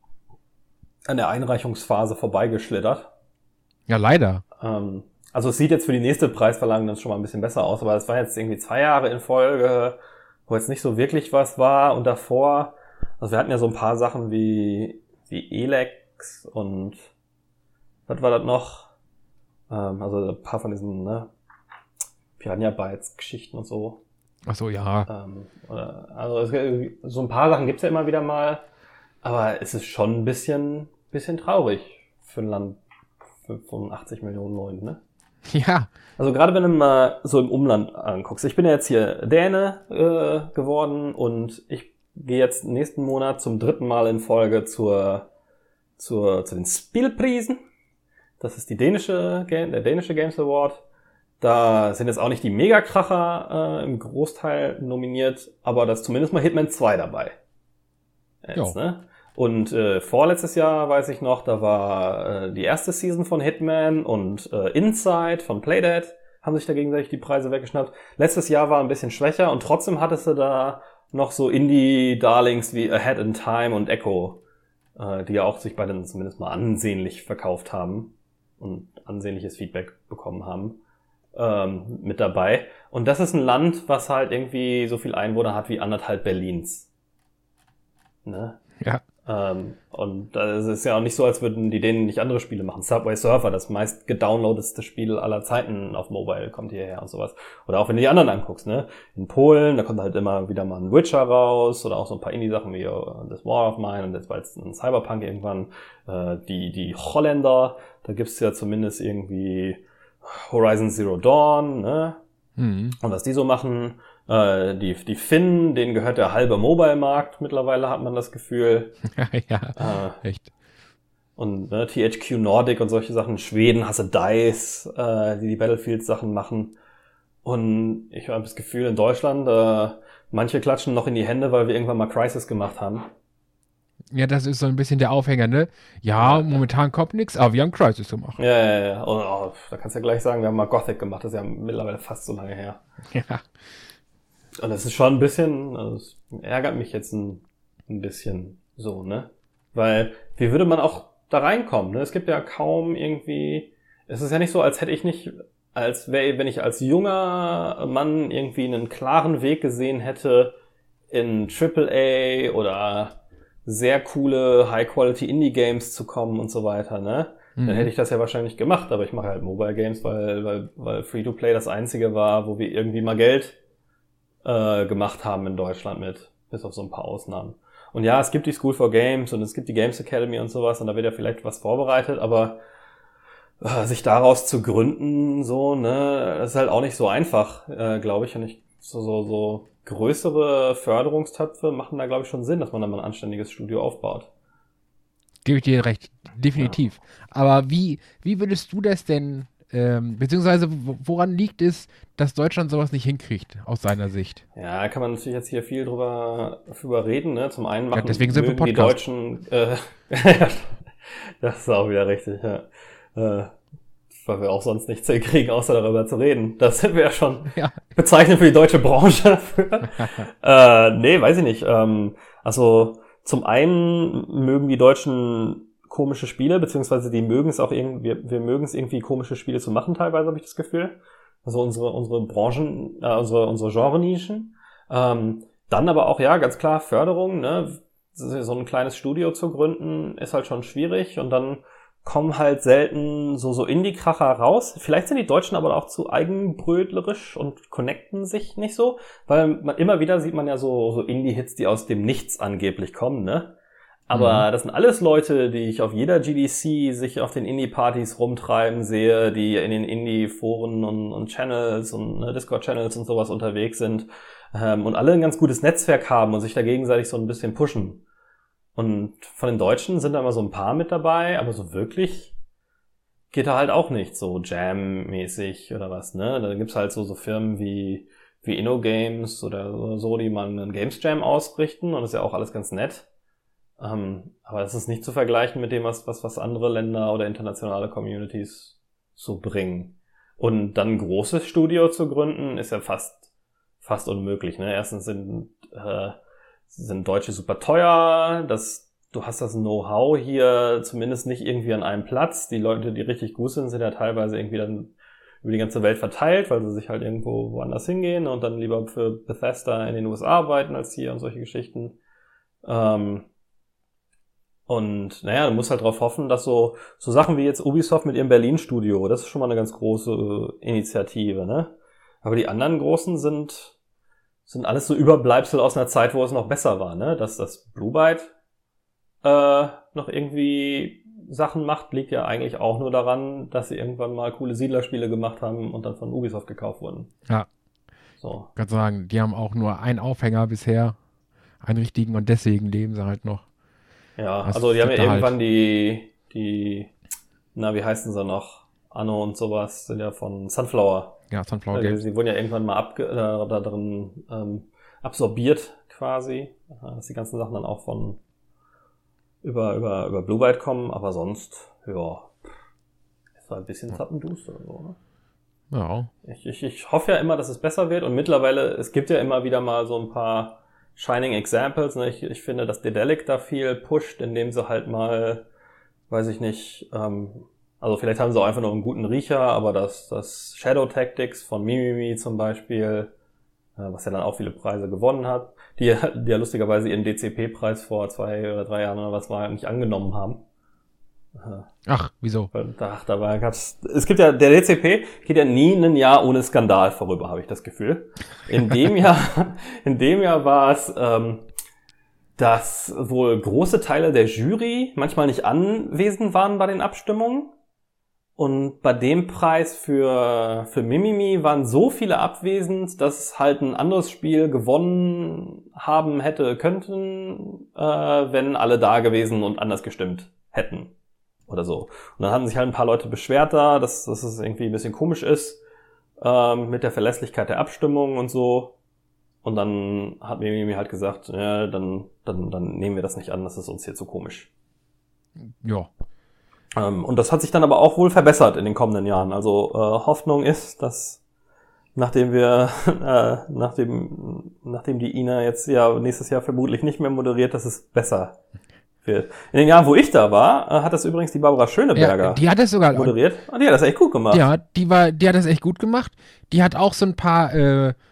an der Einreichungsphase vorbeigeschlittert. Ja, leider. Ähm, also es sieht jetzt für die nächste Preisverleihung dann schon mal ein bisschen besser aus, aber es war jetzt irgendwie zwei Jahre in Folge, wo jetzt nicht so wirklich was war und davor, also wir hatten ja so ein paar Sachen wie wie Elex und was war das noch? Ähm, also ein paar von diesen, ne, Piranha Bytes Geschichten und so. Ach so, ja. Ähm, oder, also es, so ein paar Sachen gibt's ja immer wieder mal, aber es ist schon ein bisschen, bisschen traurig für ein Land für fünfundachtzig Millionen Leute, ne? Ja. Also gerade wenn du mal so im Umland anguckst. Ich bin ja jetzt hier Däne äh, geworden und ich gehe jetzt nächsten Monat zum dritten Mal in Folge zur, zur, zu den Spielprisen. Das ist die dänische, der dänische Games Award. Da sind jetzt auch nicht die Megakracher äh, im Großteil nominiert, aber da ist zumindest mal Hitman zwei dabei. Jetzt, ne? Und äh, vorletztes Jahr, weiß ich noch, da war äh, die erste Season von Hitman und äh, Inside von Playdead haben sich da gegenseitig die Preise weggeschnappt. Letztes Jahr war ein bisschen schwächer und trotzdem hattest du da noch so Indie-Darlings wie Ahead in Time und Echo, äh, die ja auch sich bei den zumindest mal ansehnlich verkauft haben und ansehnliches Feedback bekommen haben, ähm, mit dabei. Und das ist ein Land, was halt irgendwie so viel Einwohner hat wie anderthalb Berlins. Ne? Ja. Ähm, und es ist ja auch nicht so, als würden die denen nicht andere Spiele machen. Subway Surfer, das meist gedownloadetste Spiel aller Zeiten auf Mobile, kommt hierher und sowas. Oder auch wenn du die anderen anguckst, ne? In Polen, da kommt halt immer wieder mal ein Witcher raus oder auch so ein paar Indie-Sachen wie uh, This War of Mine und jetzt bald ein Cyberpunk irgendwann. Äh, die, die Holländer, da gibt's ja zumindest irgendwie Horizon Zero Dawn, ne? Mhm. Und was die so machen, äh, die, die Finnen, denen gehört der halbe Mobile-Markt mittlerweile, hat man das Gefühl. Ja, äh, echt. Und ne, T H Q Nordic und solche Sachen. In Schweden hast du DICE, äh, die die Battlefield-Sachen machen. Und ich habe das Gefühl, in Deutschland, äh, manche klatschen noch in die Hände, weil wir irgendwann mal Crysis gemacht haben. Ja, das ist so ein bisschen der Aufhänger, ne? Ja, ja, momentan kommt nix, aber wir haben Crysis gemacht. Ja, ja, ja. Und, oh, da kannst du ja gleich sagen, wir haben mal Gothic gemacht. Das ist ja mittlerweile fast so lange her. Ja. Und das ist schon ein bisschen, also es ärgert mich jetzt ein, ein bisschen so, ne? Weil, wie würde man auch da reinkommen, ne? Es gibt ja kaum irgendwie, es ist ja nicht so, als hätte ich nicht, als wäre, wenn ich als junger Mann irgendwie einen klaren Weg gesehen hätte, in Triple A oder sehr coole High-Quality-Indie-Games zu kommen und so weiter, ne? Mhm. Dann hätte ich das ja wahrscheinlich gemacht, aber ich mache halt Mobile-Games, weil, weil, weil Free-to-Play das einzige war, wo wir irgendwie mal Geld äh, gemacht haben in Deutschland mit, bis auf so ein paar Ausnahmen. Und ja, es gibt die School for Games und es gibt die Games Academy und sowas und da wird ja vielleicht was vorbereitet, aber äh, sich daraus zu gründen, so, ne, das ist halt auch nicht so einfach, äh, glaube ich. Und ich, so, so, so größere Förderungstöpfe machen da, glaube ich, schon Sinn, dass man dann mal ein anständiges Studio aufbaut. Gebe ich dir recht, definitiv. Ja. Aber wie, wie würdest du das denn, ähm, beziehungsweise woran liegt es, dass Deutschland sowas nicht hinkriegt, aus seiner Sicht? Ja, da kann man natürlich jetzt hier viel drüber, drüber reden, ne? Zum einen machen ja, deswegen sind wir die Deutschen, äh, das ist auch wieder richtig, ja. Äh, weil wir auch sonst nichts hinkriegen, außer darüber zu reden. Das sind wir ja schon ja. bezeichnend für die deutsche Branche. äh, nee, weiß ich nicht. Ähm, also zum einen mögen die Deutschen komische Spiele, beziehungsweise die mögen es auch irgendwie, wir, wir mögen es irgendwie komische Spiele zu machen, teilweise habe ich das Gefühl. Also unsere unsere Branchen, äh, unsere unsere Genre-Nischen. Ähm, dann aber auch, ja, ganz klar Förderung, ne? So ein kleines Studio zu gründen, ist halt schon schwierig und dann kommen halt selten so so Indie-Kracher raus. Vielleicht sind die Deutschen aber auch zu eigenbrötlerisch und connecten sich nicht so, weil man immer wieder sieht man ja so so Indie-Hits, die aus dem Nichts angeblich kommen, ne? Aber mhm. das sind alles Leute, die ich auf jeder G D C sich auf den Indie-Partys rumtreiben sehe, die in den Indie-Foren und, und Channels und ne, Discord-Channels und sowas unterwegs sind ähm, und alle ein ganz gutes Netzwerk haben und sich da gegenseitig so ein bisschen pushen. Und von den Deutschen sind da immer so ein paar mit dabei, aber so wirklich geht da halt auch nicht so Jam-mäßig oder was, ne? Da gibt's halt so so Firmen wie wie InnoGames oder so, die mal einen Games Jam ausrichten und das ist ja auch alles ganz nett. Um, aber das ist nicht zu vergleichen mit dem, was, was, was andere Länder oder internationale Communities so bringen. Und dann ein großes Studio zu gründen, ist ja fast, fast unmöglich, ne? Erstens sind, äh, sind Deutsche super teuer, das, du hast das Know-how hier zumindest nicht irgendwie an einem Platz. Die Leute, die richtig gut sind, sind ja teilweise irgendwie dann über die ganze Welt verteilt, weil sie sich halt irgendwo woanders hingehen und dann lieber für Bethesda in den U S A arbeiten als hier und solche Geschichten. Ähm, Und naja, du musst halt darauf hoffen, dass so so Sachen wie jetzt Ubisoft mit ihrem Berlin-Studio, das ist schon mal eine ganz große äh, Initiative, ne? Aber die anderen großen sind sind alles so Überbleibsel aus einer Zeit, wo es noch besser war, ne? Dass das Blue Byte äh, noch irgendwie Sachen macht, liegt ja eigentlich auch nur daran, dass sie irgendwann mal coole Siedlerspiele gemacht haben und dann von Ubisoft gekauft wurden. Ja. So. Ich kann sagen, die haben auch nur einen Aufhänger bisher, einen richtigen, und deswegen leben sie halt noch. Ja, das also die haben ja irgendwann halt die, die, na, wie heißen sie noch? Anno und sowas sind ja von Sunflower. Ja, Sunflower also, Games. Sie wurden ja irgendwann mal abge, äh, da drin ähm, absorbiert quasi, dass die ganzen Sachen dann auch von über über über Blue Byte kommen, aber sonst, ja, ist halt ein bisschen zappenduster so, ne? Ja. Ich, ich, ich hoffe ja immer, dass es besser wird und mittlerweile, es gibt ja immer wieder mal so ein paar Shining Examples, ne? Ich, ich finde, dass Dedelic da viel pusht, indem sie halt mal, weiß ich nicht, ähm, also vielleicht haben sie auch einfach nur einen guten Riecher, aber das, das Shadow Tactics von Mimimi zum Beispiel, äh, was ja dann auch viele Preise gewonnen hat, die, die ja lustigerweise ihren D C P-Preis vor zwei oder drei Jahren oder was mal nicht angenommen haben. Ach, wieso? Ach, dabei gab's, es gibt ja, der D C P geht ja nie ein Jahr ohne Skandal vorüber, habe ich das Gefühl. In dem Jahr, in dem Jahr war es, ähm, dass wohl große Teile der Jury manchmal nicht anwesend waren bei den Abstimmungen. Und bei dem Preis für, für Mimimi waren so viele abwesend, dass es halt ein anderes Spiel gewonnen haben hätte könnten, äh, wenn alle da gewesen und anders gestimmt hätten. Oder so. Und dann hatten sich halt ein paar Leute beschwert da, dass, dass es irgendwie ein bisschen komisch ist ähm, mit der Verlässlichkeit der Abstimmung und so. Und dann hat Mimimi halt gesagt, ja, dann, dann, dann nehmen wir das nicht an, das ist uns hier zu komisch. Ja. Ähm, und das hat sich dann aber auch wohl verbessert in den kommenden Jahren. Also äh, Hoffnung ist, dass nachdem wir, äh, nachdem, nachdem die Ina jetzt ja nächstes Jahr vermutlich nicht mehr moderiert, dass es besser wird. In den Jahren, wo ich da war, hat das übrigens die Barbara Schöneberger ja, die hat das sogar moderiert. Und die hat das echt gut gemacht. Ja, die war, die hat das echt gut gemacht. Die hat auch so ein paar, äh,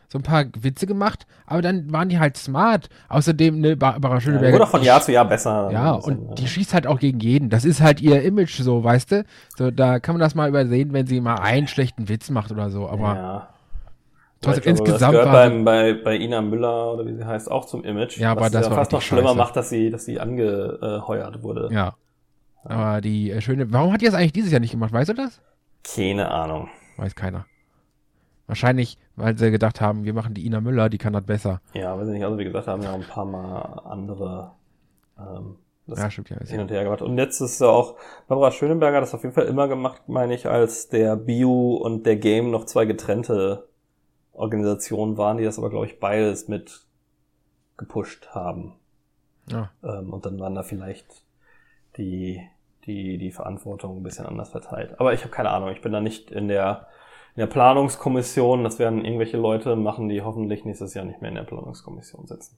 so ein paar Witze gemacht, aber dann waren die halt smart. Außerdem, ne, Barbara Schöneberger. Ja, wurde auch von Jahr zu Jahr besser. Ja, und die schießt halt auch gegen jeden. Das ist halt ihr Image so, weißt du? So, da kann man das mal übersehen, wenn sie mal einen schlechten Witz macht oder so, aber ja. trotzdem glaube, insgesamt das gehört war beim, bei, bei Ina Müller, oder wie sie heißt, auch zum Image. Ja, aber was das ja war fast noch richtig schlimmer scheiße. macht, dass sie, dass sie angeheuert wurde. Ja. Aber die äh, schöne, warum hat die das eigentlich dieses Jahr nicht gemacht? Weißt du das? Keine Ahnung. Weiß keiner. Wahrscheinlich, weil sie gedacht haben, wir machen die Ina Müller, die kann das besser. Ja, weiß ich nicht. Also wie gesagt, haben ja auch ein paar Mal andere ähm, das Ja, stimmt ja. hin und her gemacht. Und jetzt ist ja auch Barbara Schöneberger hat das auf jeden Fall immer gemacht, meine ich, als der Bio und der Game noch zwei getrennte Organisationen waren, die das aber, glaube ich, beides mit gepusht haben. Ja. Ähm, und dann waren da vielleicht die, die, die Verantwortung ein bisschen anders verteilt. Aber ich habe keine Ahnung, ich bin da nicht in der, in der Planungskommission. Das werden irgendwelche Leute machen, die hoffentlich nächstes Jahr nicht mehr in der Planungskommission sitzen.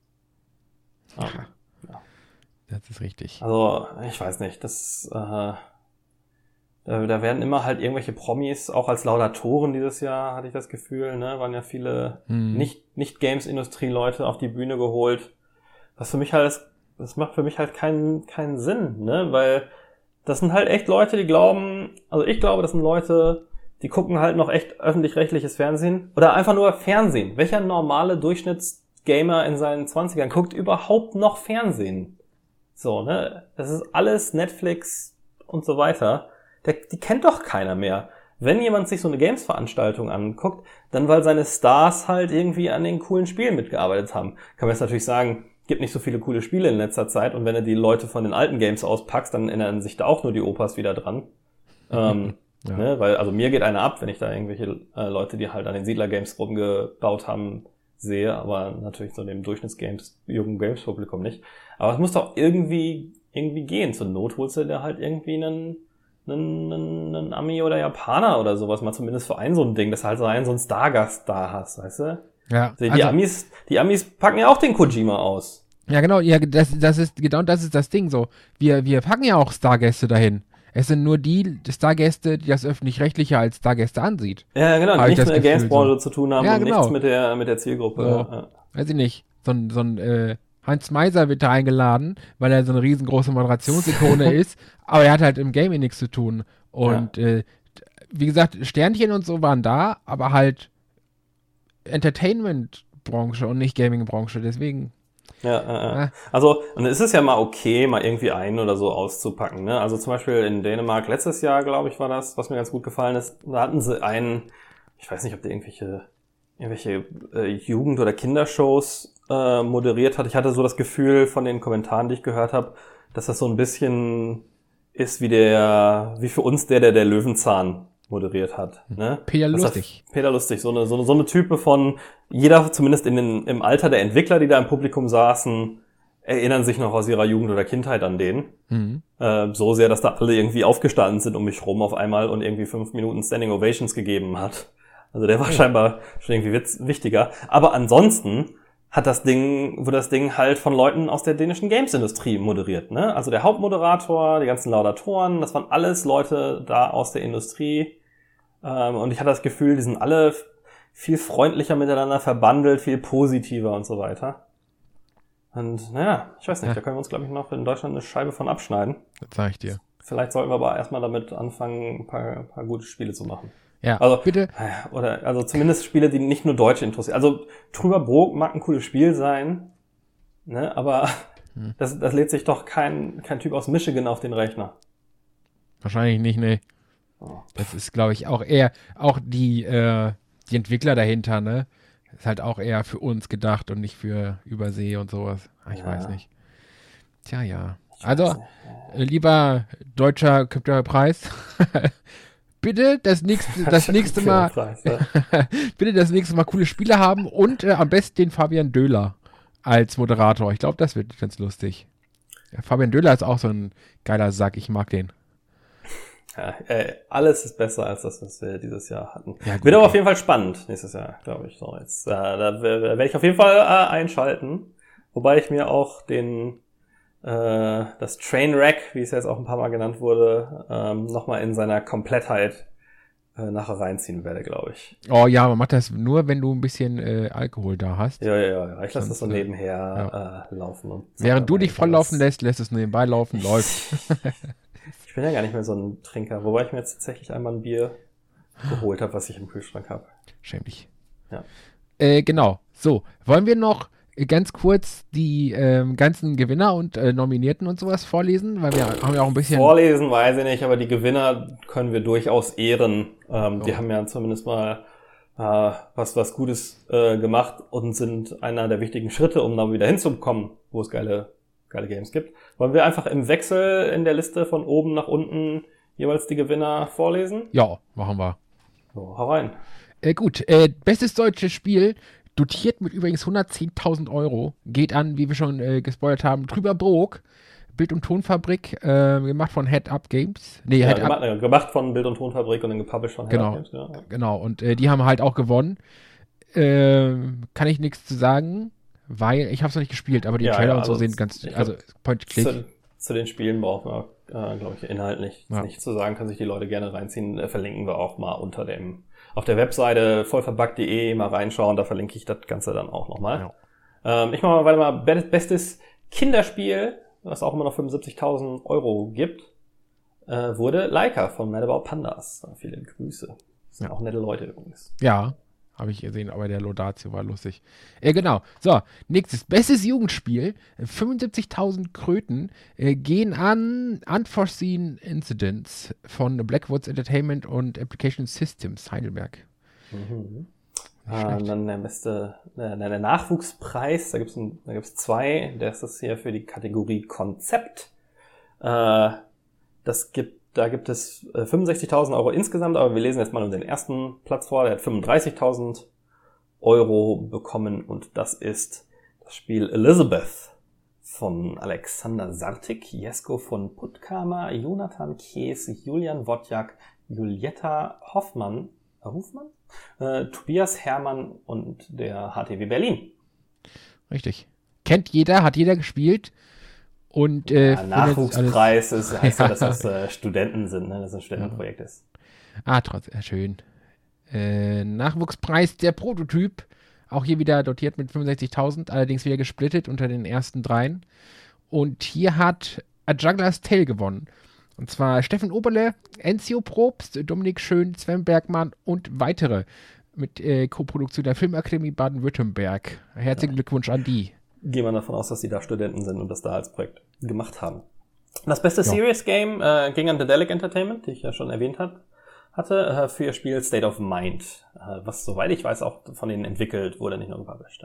Um, ja. Das ist richtig. Also, ich weiß nicht, das, äh, da, da werden immer halt irgendwelche Promis, auch als Laudatoren dieses Jahr, hatte ich das Gefühl, ne, waren ja viele Hm. nicht, nicht Games-Industrie-Leute auf die Bühne geholt. Was für mich halt, das macht für mich halt keinen, keinen Sinn, ne, weil das sind halt echt Leute, die glauben, also ich glaube, das sind Leute, die gucken halt noch echt öffentlich-rechtliches Fernsehen oder einfach nur Fernsehen. Welcher normale Durchschnittsgamer in seinen zwanzigern guckt überhaupt noch Fernsehen? So, ne, das ist alles Netflix und so weiter. Der, die kennt doch keiner mehr. Wenn jemand sich so eine Games-Veranstaltung anguckt, dann weil seine Stars halt irgendwie an den coolen Spielen mitgearbeitet haben. Kann man jetzt natürlich sagen, gibt nicht so viele coole Spiele in letzter Zeit und wenn du die Leute von den alten Games auspackst, dann erinnern sich da auch nur die Opas wieder dran. ähm, Ja. ne, weil, also mir geht einer ab, wenn ich da irgendwelche äh, Leute, die halt an den Siedler-Games rumgebaut haben, sehe, aber natürlich so dem Durchschnittsgames, jungen Games-Publikum nicht. Aber es muss doch irgendwie, irgendwie gehen. Zur Not holst du dir halt irgendwie einen, einen, einen, einen Ami oder Japaner oder sowas, mal zumindest für ein so ein Ding, dass du halt so einen, so einen Stargast da hast, weißt du? Ja, Die, also, Amis, die Amis packen ja auch den Kojima aus. ja genau, ja, das, das ist, genau das ist das Ding so. Wir, wir packen ja auch Stargäste dahin. Es sind nur die Stargäste, die das Öffentlich-Rechtliche als Stargäste ansieht. Ja, genau, die Hab ich nichts das mit der Gefühl Games-Branche so. zu tun haben Ja, und genau. nichts mit der, mit der Zielgruppe. So. Ja. Weiß ich nicht. So ein, so ein äh, Heinz Meiser wird da eingeladen, weil er so eine riesengroße Moderationsikone ist, aber er hat halt im Gaming nichts zu tun. Und äh, wie gesagt, Sternchen und so waren da, aber halt Entertainment-Branche und nicht Gaming-Branche, deswegen. Ja, äh, äh. Ja. Also, und es ist ja mal okay, mal irgendwie einen oder so auszupacken, ne? Also zum Beispiel in Dänemark letztes Jahr, glaube ich, war das, was mir ganz gut gefallen ist, da hatten sie einen, ich weiß nicht, ob der irgendwelche, irgendwelche äh, Jugend- oder Kindershows äh, moderiert hat. Ich hatte so das Gefühl von den Kommentaren, die ich gehört habe, dass das so ein bisschen ist wie der, wie für uns der, der der Löwenzahn moderiert hat. Ne? Peter Das ist Lustig. Peter Lustig, so eine, so eine, so eine Type von, jeder, zumindest in den, im Alter der Entwickler, die da im Publikum saßen, erinnern sich noch aus ihrer Jugend oder Kindheit an den. Mhm. Äh, so sehr, dass da alle irgendwie aufgestanden sind um mich rum auf einmal und irgendwie fünf Minuten Standing Ovations gegeben hat. Also der war Oh. scheinbar schon irgendwie witz, wichtiger. Aber ansonsten hat das Ding, wurde das Ding halt von Leuten aus der dänischen Games-Industrie moderiert, ne? Also der Hauptmoderator, die ganzen Laudatoren, das waren alles Leute da aus der Industrie. Ähm, und ich hatte das Gefühl, die sind alle viel freundlicher miteinander verbandelt, viel positiver und so weiter. Und naja, ich weiß nicht, Ja. da können wir uns, glaube ich, noch in Deutschland eine Scheibe von abschneiden. Das sag ich dir. Vielleicht sollten wir aber erstmal damit anfangen, ein paar, ein paar gute Spiele zu machen. Ja, Also, bitte. Oder, also zumindest Spiele, die nicht nur Deutsche interessieren. Also, Trüberbrook mag ein cooles Spiel sein, ne, aber Hm. das, das lädt sich doch kein, kein Typ aus Michigan auf den Rechner. Wahrscheinlich nicht, nee. Oh. Das ist, glaube ich, auch eher, auch die, äh, die Entwickler dahinter, ne? Ist halt auch eher für uns gedacht und nicht für Übersee und sowas. Ah, Ich Ja. weiß nicht. Tja, ja. Ich Also, weiß nicht. äh, lieber deutscher Kryptopreis, bitte das nächste, das nächste Mal, Preis, ja. bitte das nächste Mal coole Spiele haben und äh, am besten den Fabian Döhler als Moderator. Ich glaube, das wird ganz lustig. Ja, Fabian Döhler ist auch so ein geiler Sack. Ich mag den. Ja, äh, alles ist besser als das, was wir dieses Jahr hatten. Ja, gut, Wird aber okay. auf jeden Fall spannend nächstes Jahr, glaube ich. So, jetzt, äh, da w- werde ich auf jeden Fall äh, einschalten. Wobei ich mir auch den äh, das Trainwreck, wie es jetzt auch ein paar Mal genannt wurde, ähm, nochmal in seiner Komplettheit äh, nachher reinziehen werde, glaube ich. Oh ja, man macht das nur, wenn du ein bisschen äh, Alkohol da hast. Ja, ja, ja. Ich lasse das so Sonst, äh, nebenher ja. äh, laufen. Und Während du dich was. volllaufen lässt, lässt es nebenbei laufen, läuft. Ich bin ja gar nicht mehr so ein Trinker, wobei ich mir jetzt tatsächlich einmal ein Bier geholt habe, was ich im Kühlschrank habe. Schäm dich. Ja. Äh, genau. So, wollen wir noch ganz kurz die ähm, ganzen Gewinner und äh, Nominierten und sowas vorlesen? Weil wir haben ja auch ein bisschen... Vorlesen weiß ich nicht, aber die Gewinner können wir durchaus ehren. Ähm, Oh. Die haben ja zumindest mal äh, was was Gutes äh, gemacht und sind einer der wichtigen Schritte, um da wieder hinzukommen, wo es geile, geile Games gibt. Wollen wir einfach im Wechsel in der Liste von oben nach unten jeweils die Gewinner vorlesen? Ja, machen wir. So, hau rein. Äh, gut, äh, bestes deutsches Spiel, dotiert mit übrigens hundertzehntausend Euro, geht an, wie wir schon äh, gespoilert haben, Trüberbrook, Bild- und Tonfabrik, äh, gemacht von Head Up Games. Nee, Ja, Head gemacht, Up, äh, gemacht von Bild- und Tonfabrik und dann gepublished von Head Genau. Up Games. Ja. genau, und äh, die haben halt auch gewonnen. Ähm, kann ich nichts zu sagen, weil ich habe es noch nicht gespielt, aber die Ja, Trailer ja, und so also sehen ganz, ich also Point-Click. Zu, zu den Spielen brauchen wir, äh, glaube ich, inhaltlich Ja. nichts zu sagen, können sich die Leute gerne reinziehen. Äh, verlinken wir auch mal unter dem, auf der Webseite vollverbuggt punkt de mal reinschauen, da verlinke ich das Ganze dann auch nochmal. Ja. Ähm, ich mache mal weiter mal Be- bestes Kinderspiel, was auch immer noch fünfundsiebzigtausend Euro gibt, äh, wurde Laika von Mad About Pandas. Äh, viele Grüße. Das sind Ja. auch nette Leute übrigens. Ja, habe ich gesehen, aber der Laudatio war lustig. Äh, genau. So, nächstes. Bestes Jugendspiel. fünfundsiebzigtausend Kröten äh, gehen an Unforeseen Incidents von Blackwoods Entertainment und Application Systems Heidelberg. Mhm. Nicht Äh, schlecht. dann der beste, der, der Nachwuchspreis, da gibt's ein, da gibt's zwei. Der ist das hier für die Kategorie Konzept. Äh, das gibt, da gibt es äh, fünfundsechzigtausend Euro insgesamt, aber wir lesen jetzt mal nur den ersten Platz vor. Der hat fünfunddreißigtausend Euro bekommen und das ist das Spiel Elizabeth von Alexander Sartik, Jesko von Puttkamer, Jonathan Kees, Julian Wodjak, Julietta Hoffmann, äh, Hofmann? Äh, Tobias Herrmann und der H T W Berlin. Richtig. Kennt jeder, hat jeder gespielt. Und äh, Ja, findet Nachwuchspreis ist, heißt ja, Ja. dass das äh, Studenten sind, ne? dass es ein Studentenprojekt ist. Ah, trotzdem, äh, schön. Äh, Nachwuchspreis der Prototyp. Auch hier wieder dotiert mit fünfundsechzigtausend, allerdings wieder gesplittet unter den ersten dreien. Und hier hat A Juggler's Tale gewonnen. Und zwar Steffen Oberle, Enzio Probst, Dominik Schön, Sven Bergmann und weitere mit äh, Co-Produktion der Filmakademie Baden-Württemberg. Herzlichen Glückwunsch an die. Gehen wir davon aus, dass die da Studenten sind und das da als Projekt gemacht haben. Das beste Ja. Serious Game äh, ging an Dedelic Entertainment, die ich ja schon erwähnt hat, hatte, äh, für ihr Spiel State of Mind, äh, was soweit ich weiß auch von denen entwickelt wurde, nicht nur gepublished.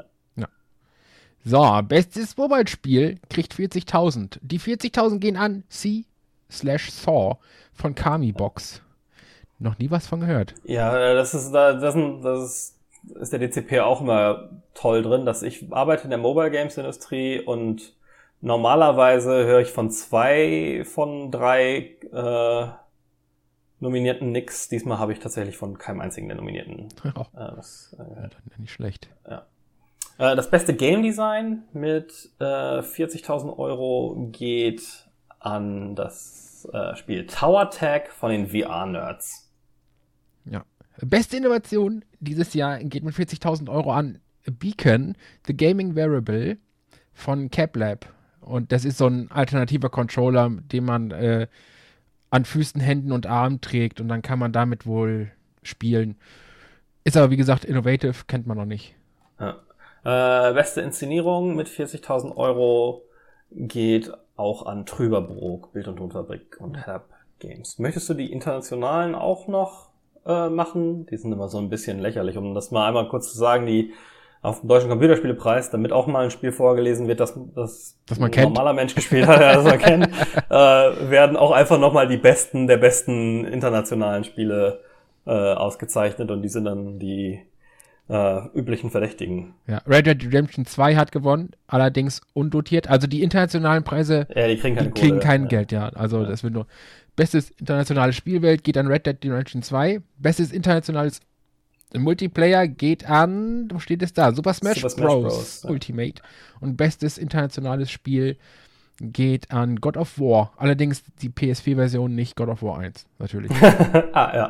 So, bestes Mobile-Spiel kriegt vierzigtausend. Die vierzigtausend gehen an C slash Saw von Kami Box. Noch nie was von gehört. Ja, das ist da, das, ist- das ist, ist der D C P auch immer toll drin, dass ich arbeite in der Mobile Games Industrie und normalerweise höre ich von zwei von drei äh, Nominierten nix. Diesmal habe ich tatsächlich von keinem einzigen der Nominierten. Oh, Äh, das, äh, ja, nicht schlecht. äh, das beste Game Design mit äh, vierzigtausend Euro geht an das äh, Spiel Tower Tag von den V R-Nerds. Ja. Beste Innovation dieses Jahr geht mit vierzigtausend Euro an Beacon, The Gaming Variable von CapLab. Und das ist so ein alternativer Controller, den man äh, an Füßen, Händen und Armen trägt und dann kann man damit wohl spielen. Ist aber wie gesagt innovative, kennt man noch nicht. Ja. Äh, beste Inszenierung mit vierzigtausend Euro geht auch an Trüberbrook, Bild- und Tonfabrik und Herb Games. Möchtest du die internationalen auch noch äh, machen? Die sind immer so ein bisschen lächerlich, um das mal einmal kurz zu sagen, die auf dem Deutschen Computerspielepreis, damit auch mal ein Spiel vorgelesen wird, das, das Das man ein kennt. normaler Mensch gespielt hat, ja, das man kennt, äh, werden auch einfach nochmal die besten der besten internationalen Spiele äh, ausgezeichnet und die sind dann die äh, üblichen Verdächtigen. Ja, Red Dead Redemption zwei hat gewonnen, allerdings undotiert. Also die internationalen Preise, Ja, die kriegen keine die kriegen Kohle. kein ja. Geld, ja. Also Ja. das wird nur. Bestes internationales Spielwelt geht an Red Dead Redemption zwei. Bestes internationales Multiplayer geht an, wo steht es da? Super Smash, Super Smash Bros. Bros, ja. Ultimate. Und bestes internationales Spiel geht an God of War. Allerdings die P S vier Version, nicht God of War eins, natürlich. ah, ja.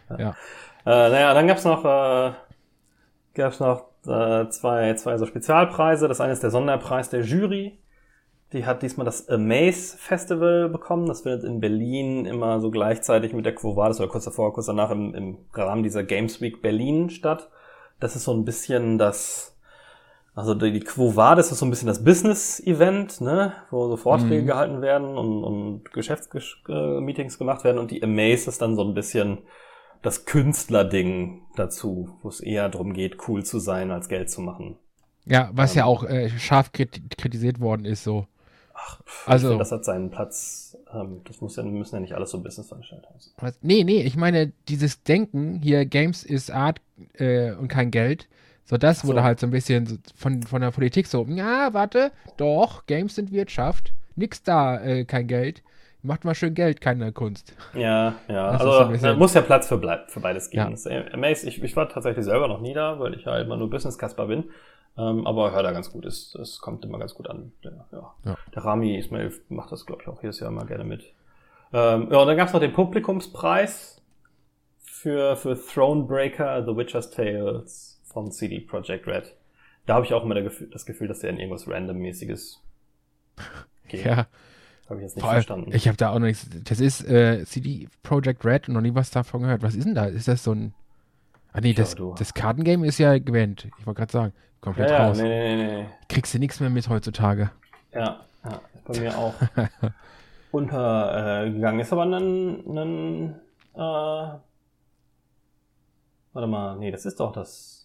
Ja. Ja. Äh, naja, dann gab's noch, äh, gab's noch äh, zwei, zwei so Spezialpreise. Das eine ist der Sonderpreis der Jury. Die hat diesmal das Amaze Festival bekommen. Das findet in Berlin immer so gleichzeitig mit der Quo Vadis oder kurz davor, kurz danach im, im Rahmen dieser Games Week Berlin statt. Das ist so ein bisschen das, also die, die Quo Vadis ist so ein bisschen das Business-Event, ne, wo so Vorträge mhm. gehalten werden und, und Geschäftsmeetings gemacht werden. Und die Amaze ist dann so ein bisschen das Künstlerding dazu, wo es eher darum geht, cool zu sein, als Geld zu machen. Ja, was ähm, ja auch äh, scharf kritisiert worden ist, so. Ach, also, ich finde, das hat seinen Platz. Ähm, das muss ja, müssen ja nicht alles so Business-Veranstaltungen sein. Was? Nee, nee, ich meine, dieses Denken, hier Games ist Art äh, und kein Geld, so das so. wurde halt so ein bisschen so von, von der Politik so, ja, warte, doch, Games sind Wirtschaft, nix da, äh, kein Geld, macht mal schön Geld, keine Kunst. Ja, ja, das also so da muss ja Platz für, Ble- für beides geben. Ja. Amaze, ich, ich war tatsächlich selber noch nie da, weil ich ja immer nur Business-Kasper bin. Ähm, aber hör da ganz gut, es, es kommt immer ganz gut an. Der, ja. Ja. Der Rami Ismail macht das, glaube ich, auch jedes Jahr mal gerne mit. Ähm, ja, und dann gab's noch den Publikumspreis für, für Thronebreaker, The Witcher's Tales von C D Projekt Red. Da habe ich auch immer der Gefühl, das Gefühl, dass der in irgendwas Randommäßiges geht. Ja. Habe ich jetzt nicht Voll, verstanden. Ich habe da auch noch nichts, das ist äh, C D Projekt Red und noch nie was davon gehört. Was ist denn da? Ist das so ein, ah nee, das, glaube, das Kartengame ist ja gewählt. Ich wollte gerade sagen, komplett ja, ja, raus. nee, nee, nee, nee. Kriegst du nichts mehr mit heutzutage. Ja, ja, ist bei mir auch untergegangen. Äh, ist aber ein, ein äh, warte mal, nee, das ist doch das.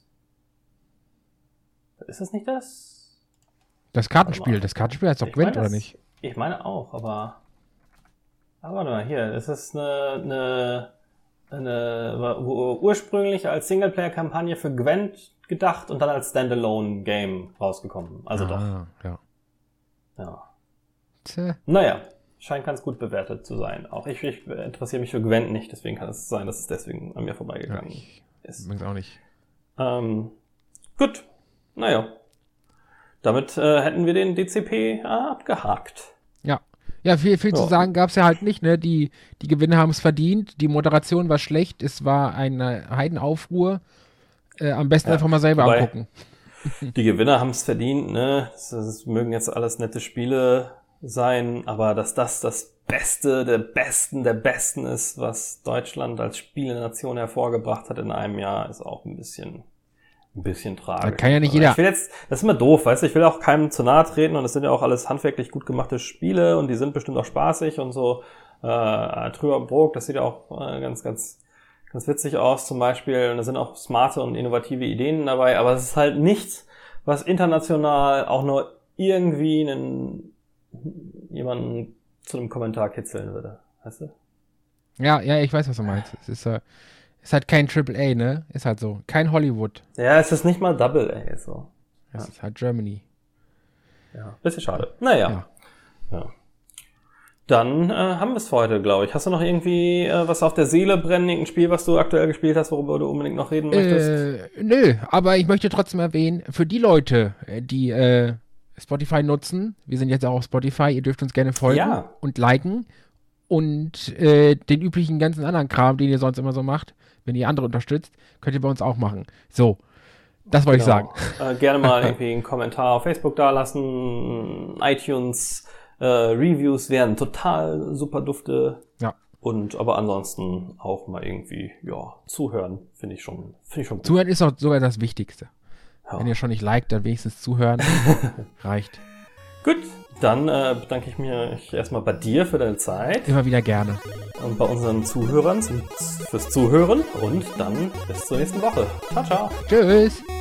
Ist das nicht das? Das Kartenspiel, das Kartenspiel heißt doch Gwent, oder nicht? Ich meine auch, aber. Aber warte mal, hier, das ist eine, eine, eine war ursprünglich als Singleplayer-Kampagne für Gwent gedacht und dann als Standalone-Game rausgekommen. Also ah, doch. Ja. Ja. Tja. Naja, scheint ganz gut bewertet zu sein. Auch ich, ich interessiere mich für Gwent nicht, deswegen kann es sein, dass es deswegen an mir vorbeigegangen ja, ich ist. Übrigens auch nicht. Ähm, gut, naja. Damit äh, hätten wir den D C P äh, abgehakt. Ja. Ja, viel, viel ja. zu sagen gab es ja halt nicht, ne? Die, die Gewinner haben es verdient, die Moderation war schlecht, es war eine Heidenaufruhr. Äh, am besten ja, einfach mal selber wobei, angucken. Die Gewinner haben es verdient, ne? Das, das mögen jetzt alles nette Spiele sein, aber dass das das Beste der Besten der Besten ist, was Deutschland als Spielenation hervorgebracht hat in einem Jahr, ist auch ein bisschen, ein bisschen tragisch. Das kann ja nicht jeder. Ich will jetzt, das ist immer doof, weißt du, ich will auch keinem zu nahe treten und es sind ja auch alles handwerklich gut gemachte Spiele und die sind bestimmt auch spaßig und so. Äh, Trüberbrook, das sieht ja auch äh, ganz, ganz ganz witzig aus zum Beispiel und da sind auch smarte und innovative Ideen dabei, aber es ist halt nichts, was international auch nur irgendwie einen, jemanden zu einem Kommentar kitzeln würde, weißt du? Ja, ja, ich weiß, was du meinst. Es ist, äh, ist halt kein Triple A, ne? Ist halt so. Kein Hollywood. Ja, es ist nicht mal Double A, so. Es Ja. ist halt Germany. Ja, bisschen schade. Naja. Ja. Ja. Dann äh, haben wir es für heute, glaube ich. Hast du noch irgendwie äh, was auf der Seele brennen, irgendein Spiel, was du aktuell gespielt hast, worüber du unbedingt noch reden möchtest? Äh, nö, aber ich möchte trotzdem erwähnen, für die Leute, äh, die äh, Spotify nutzen, wir sind jetzt auch auf Spotify, ihr dürft uns gerne folgen Ja. und liken und äh, den üblichen ganzen anderen Kram, den ihr sonst immer so macht, wenn ihr andere unterstützt, könnt ihr bei uns auch machen. So, das wollte Genau. ich sagen. Äh, gerne mal irgendwie einen Kommentar auf Facebook dalassen, iTunes, äh, Reviews wären total super dufte. Ja. Und aber ansonsten auch mal irgendwie, ja, zuhören, finde ich schon, finde ich schon gut. Zuhören ist auch sogar das Wichtigste. Ja. Wenn ihr schon nicht liked, dann wenigstens zuhören. Reicht. Gut, dann äh, bedanke ich mich erstmal bei dir für deine Zeit Immer wieder gerne. und bei unseren Zuhörern zum, fürs Zuhören und dann bis zur nächsten Woche. Ciao, ciao. Tschüss.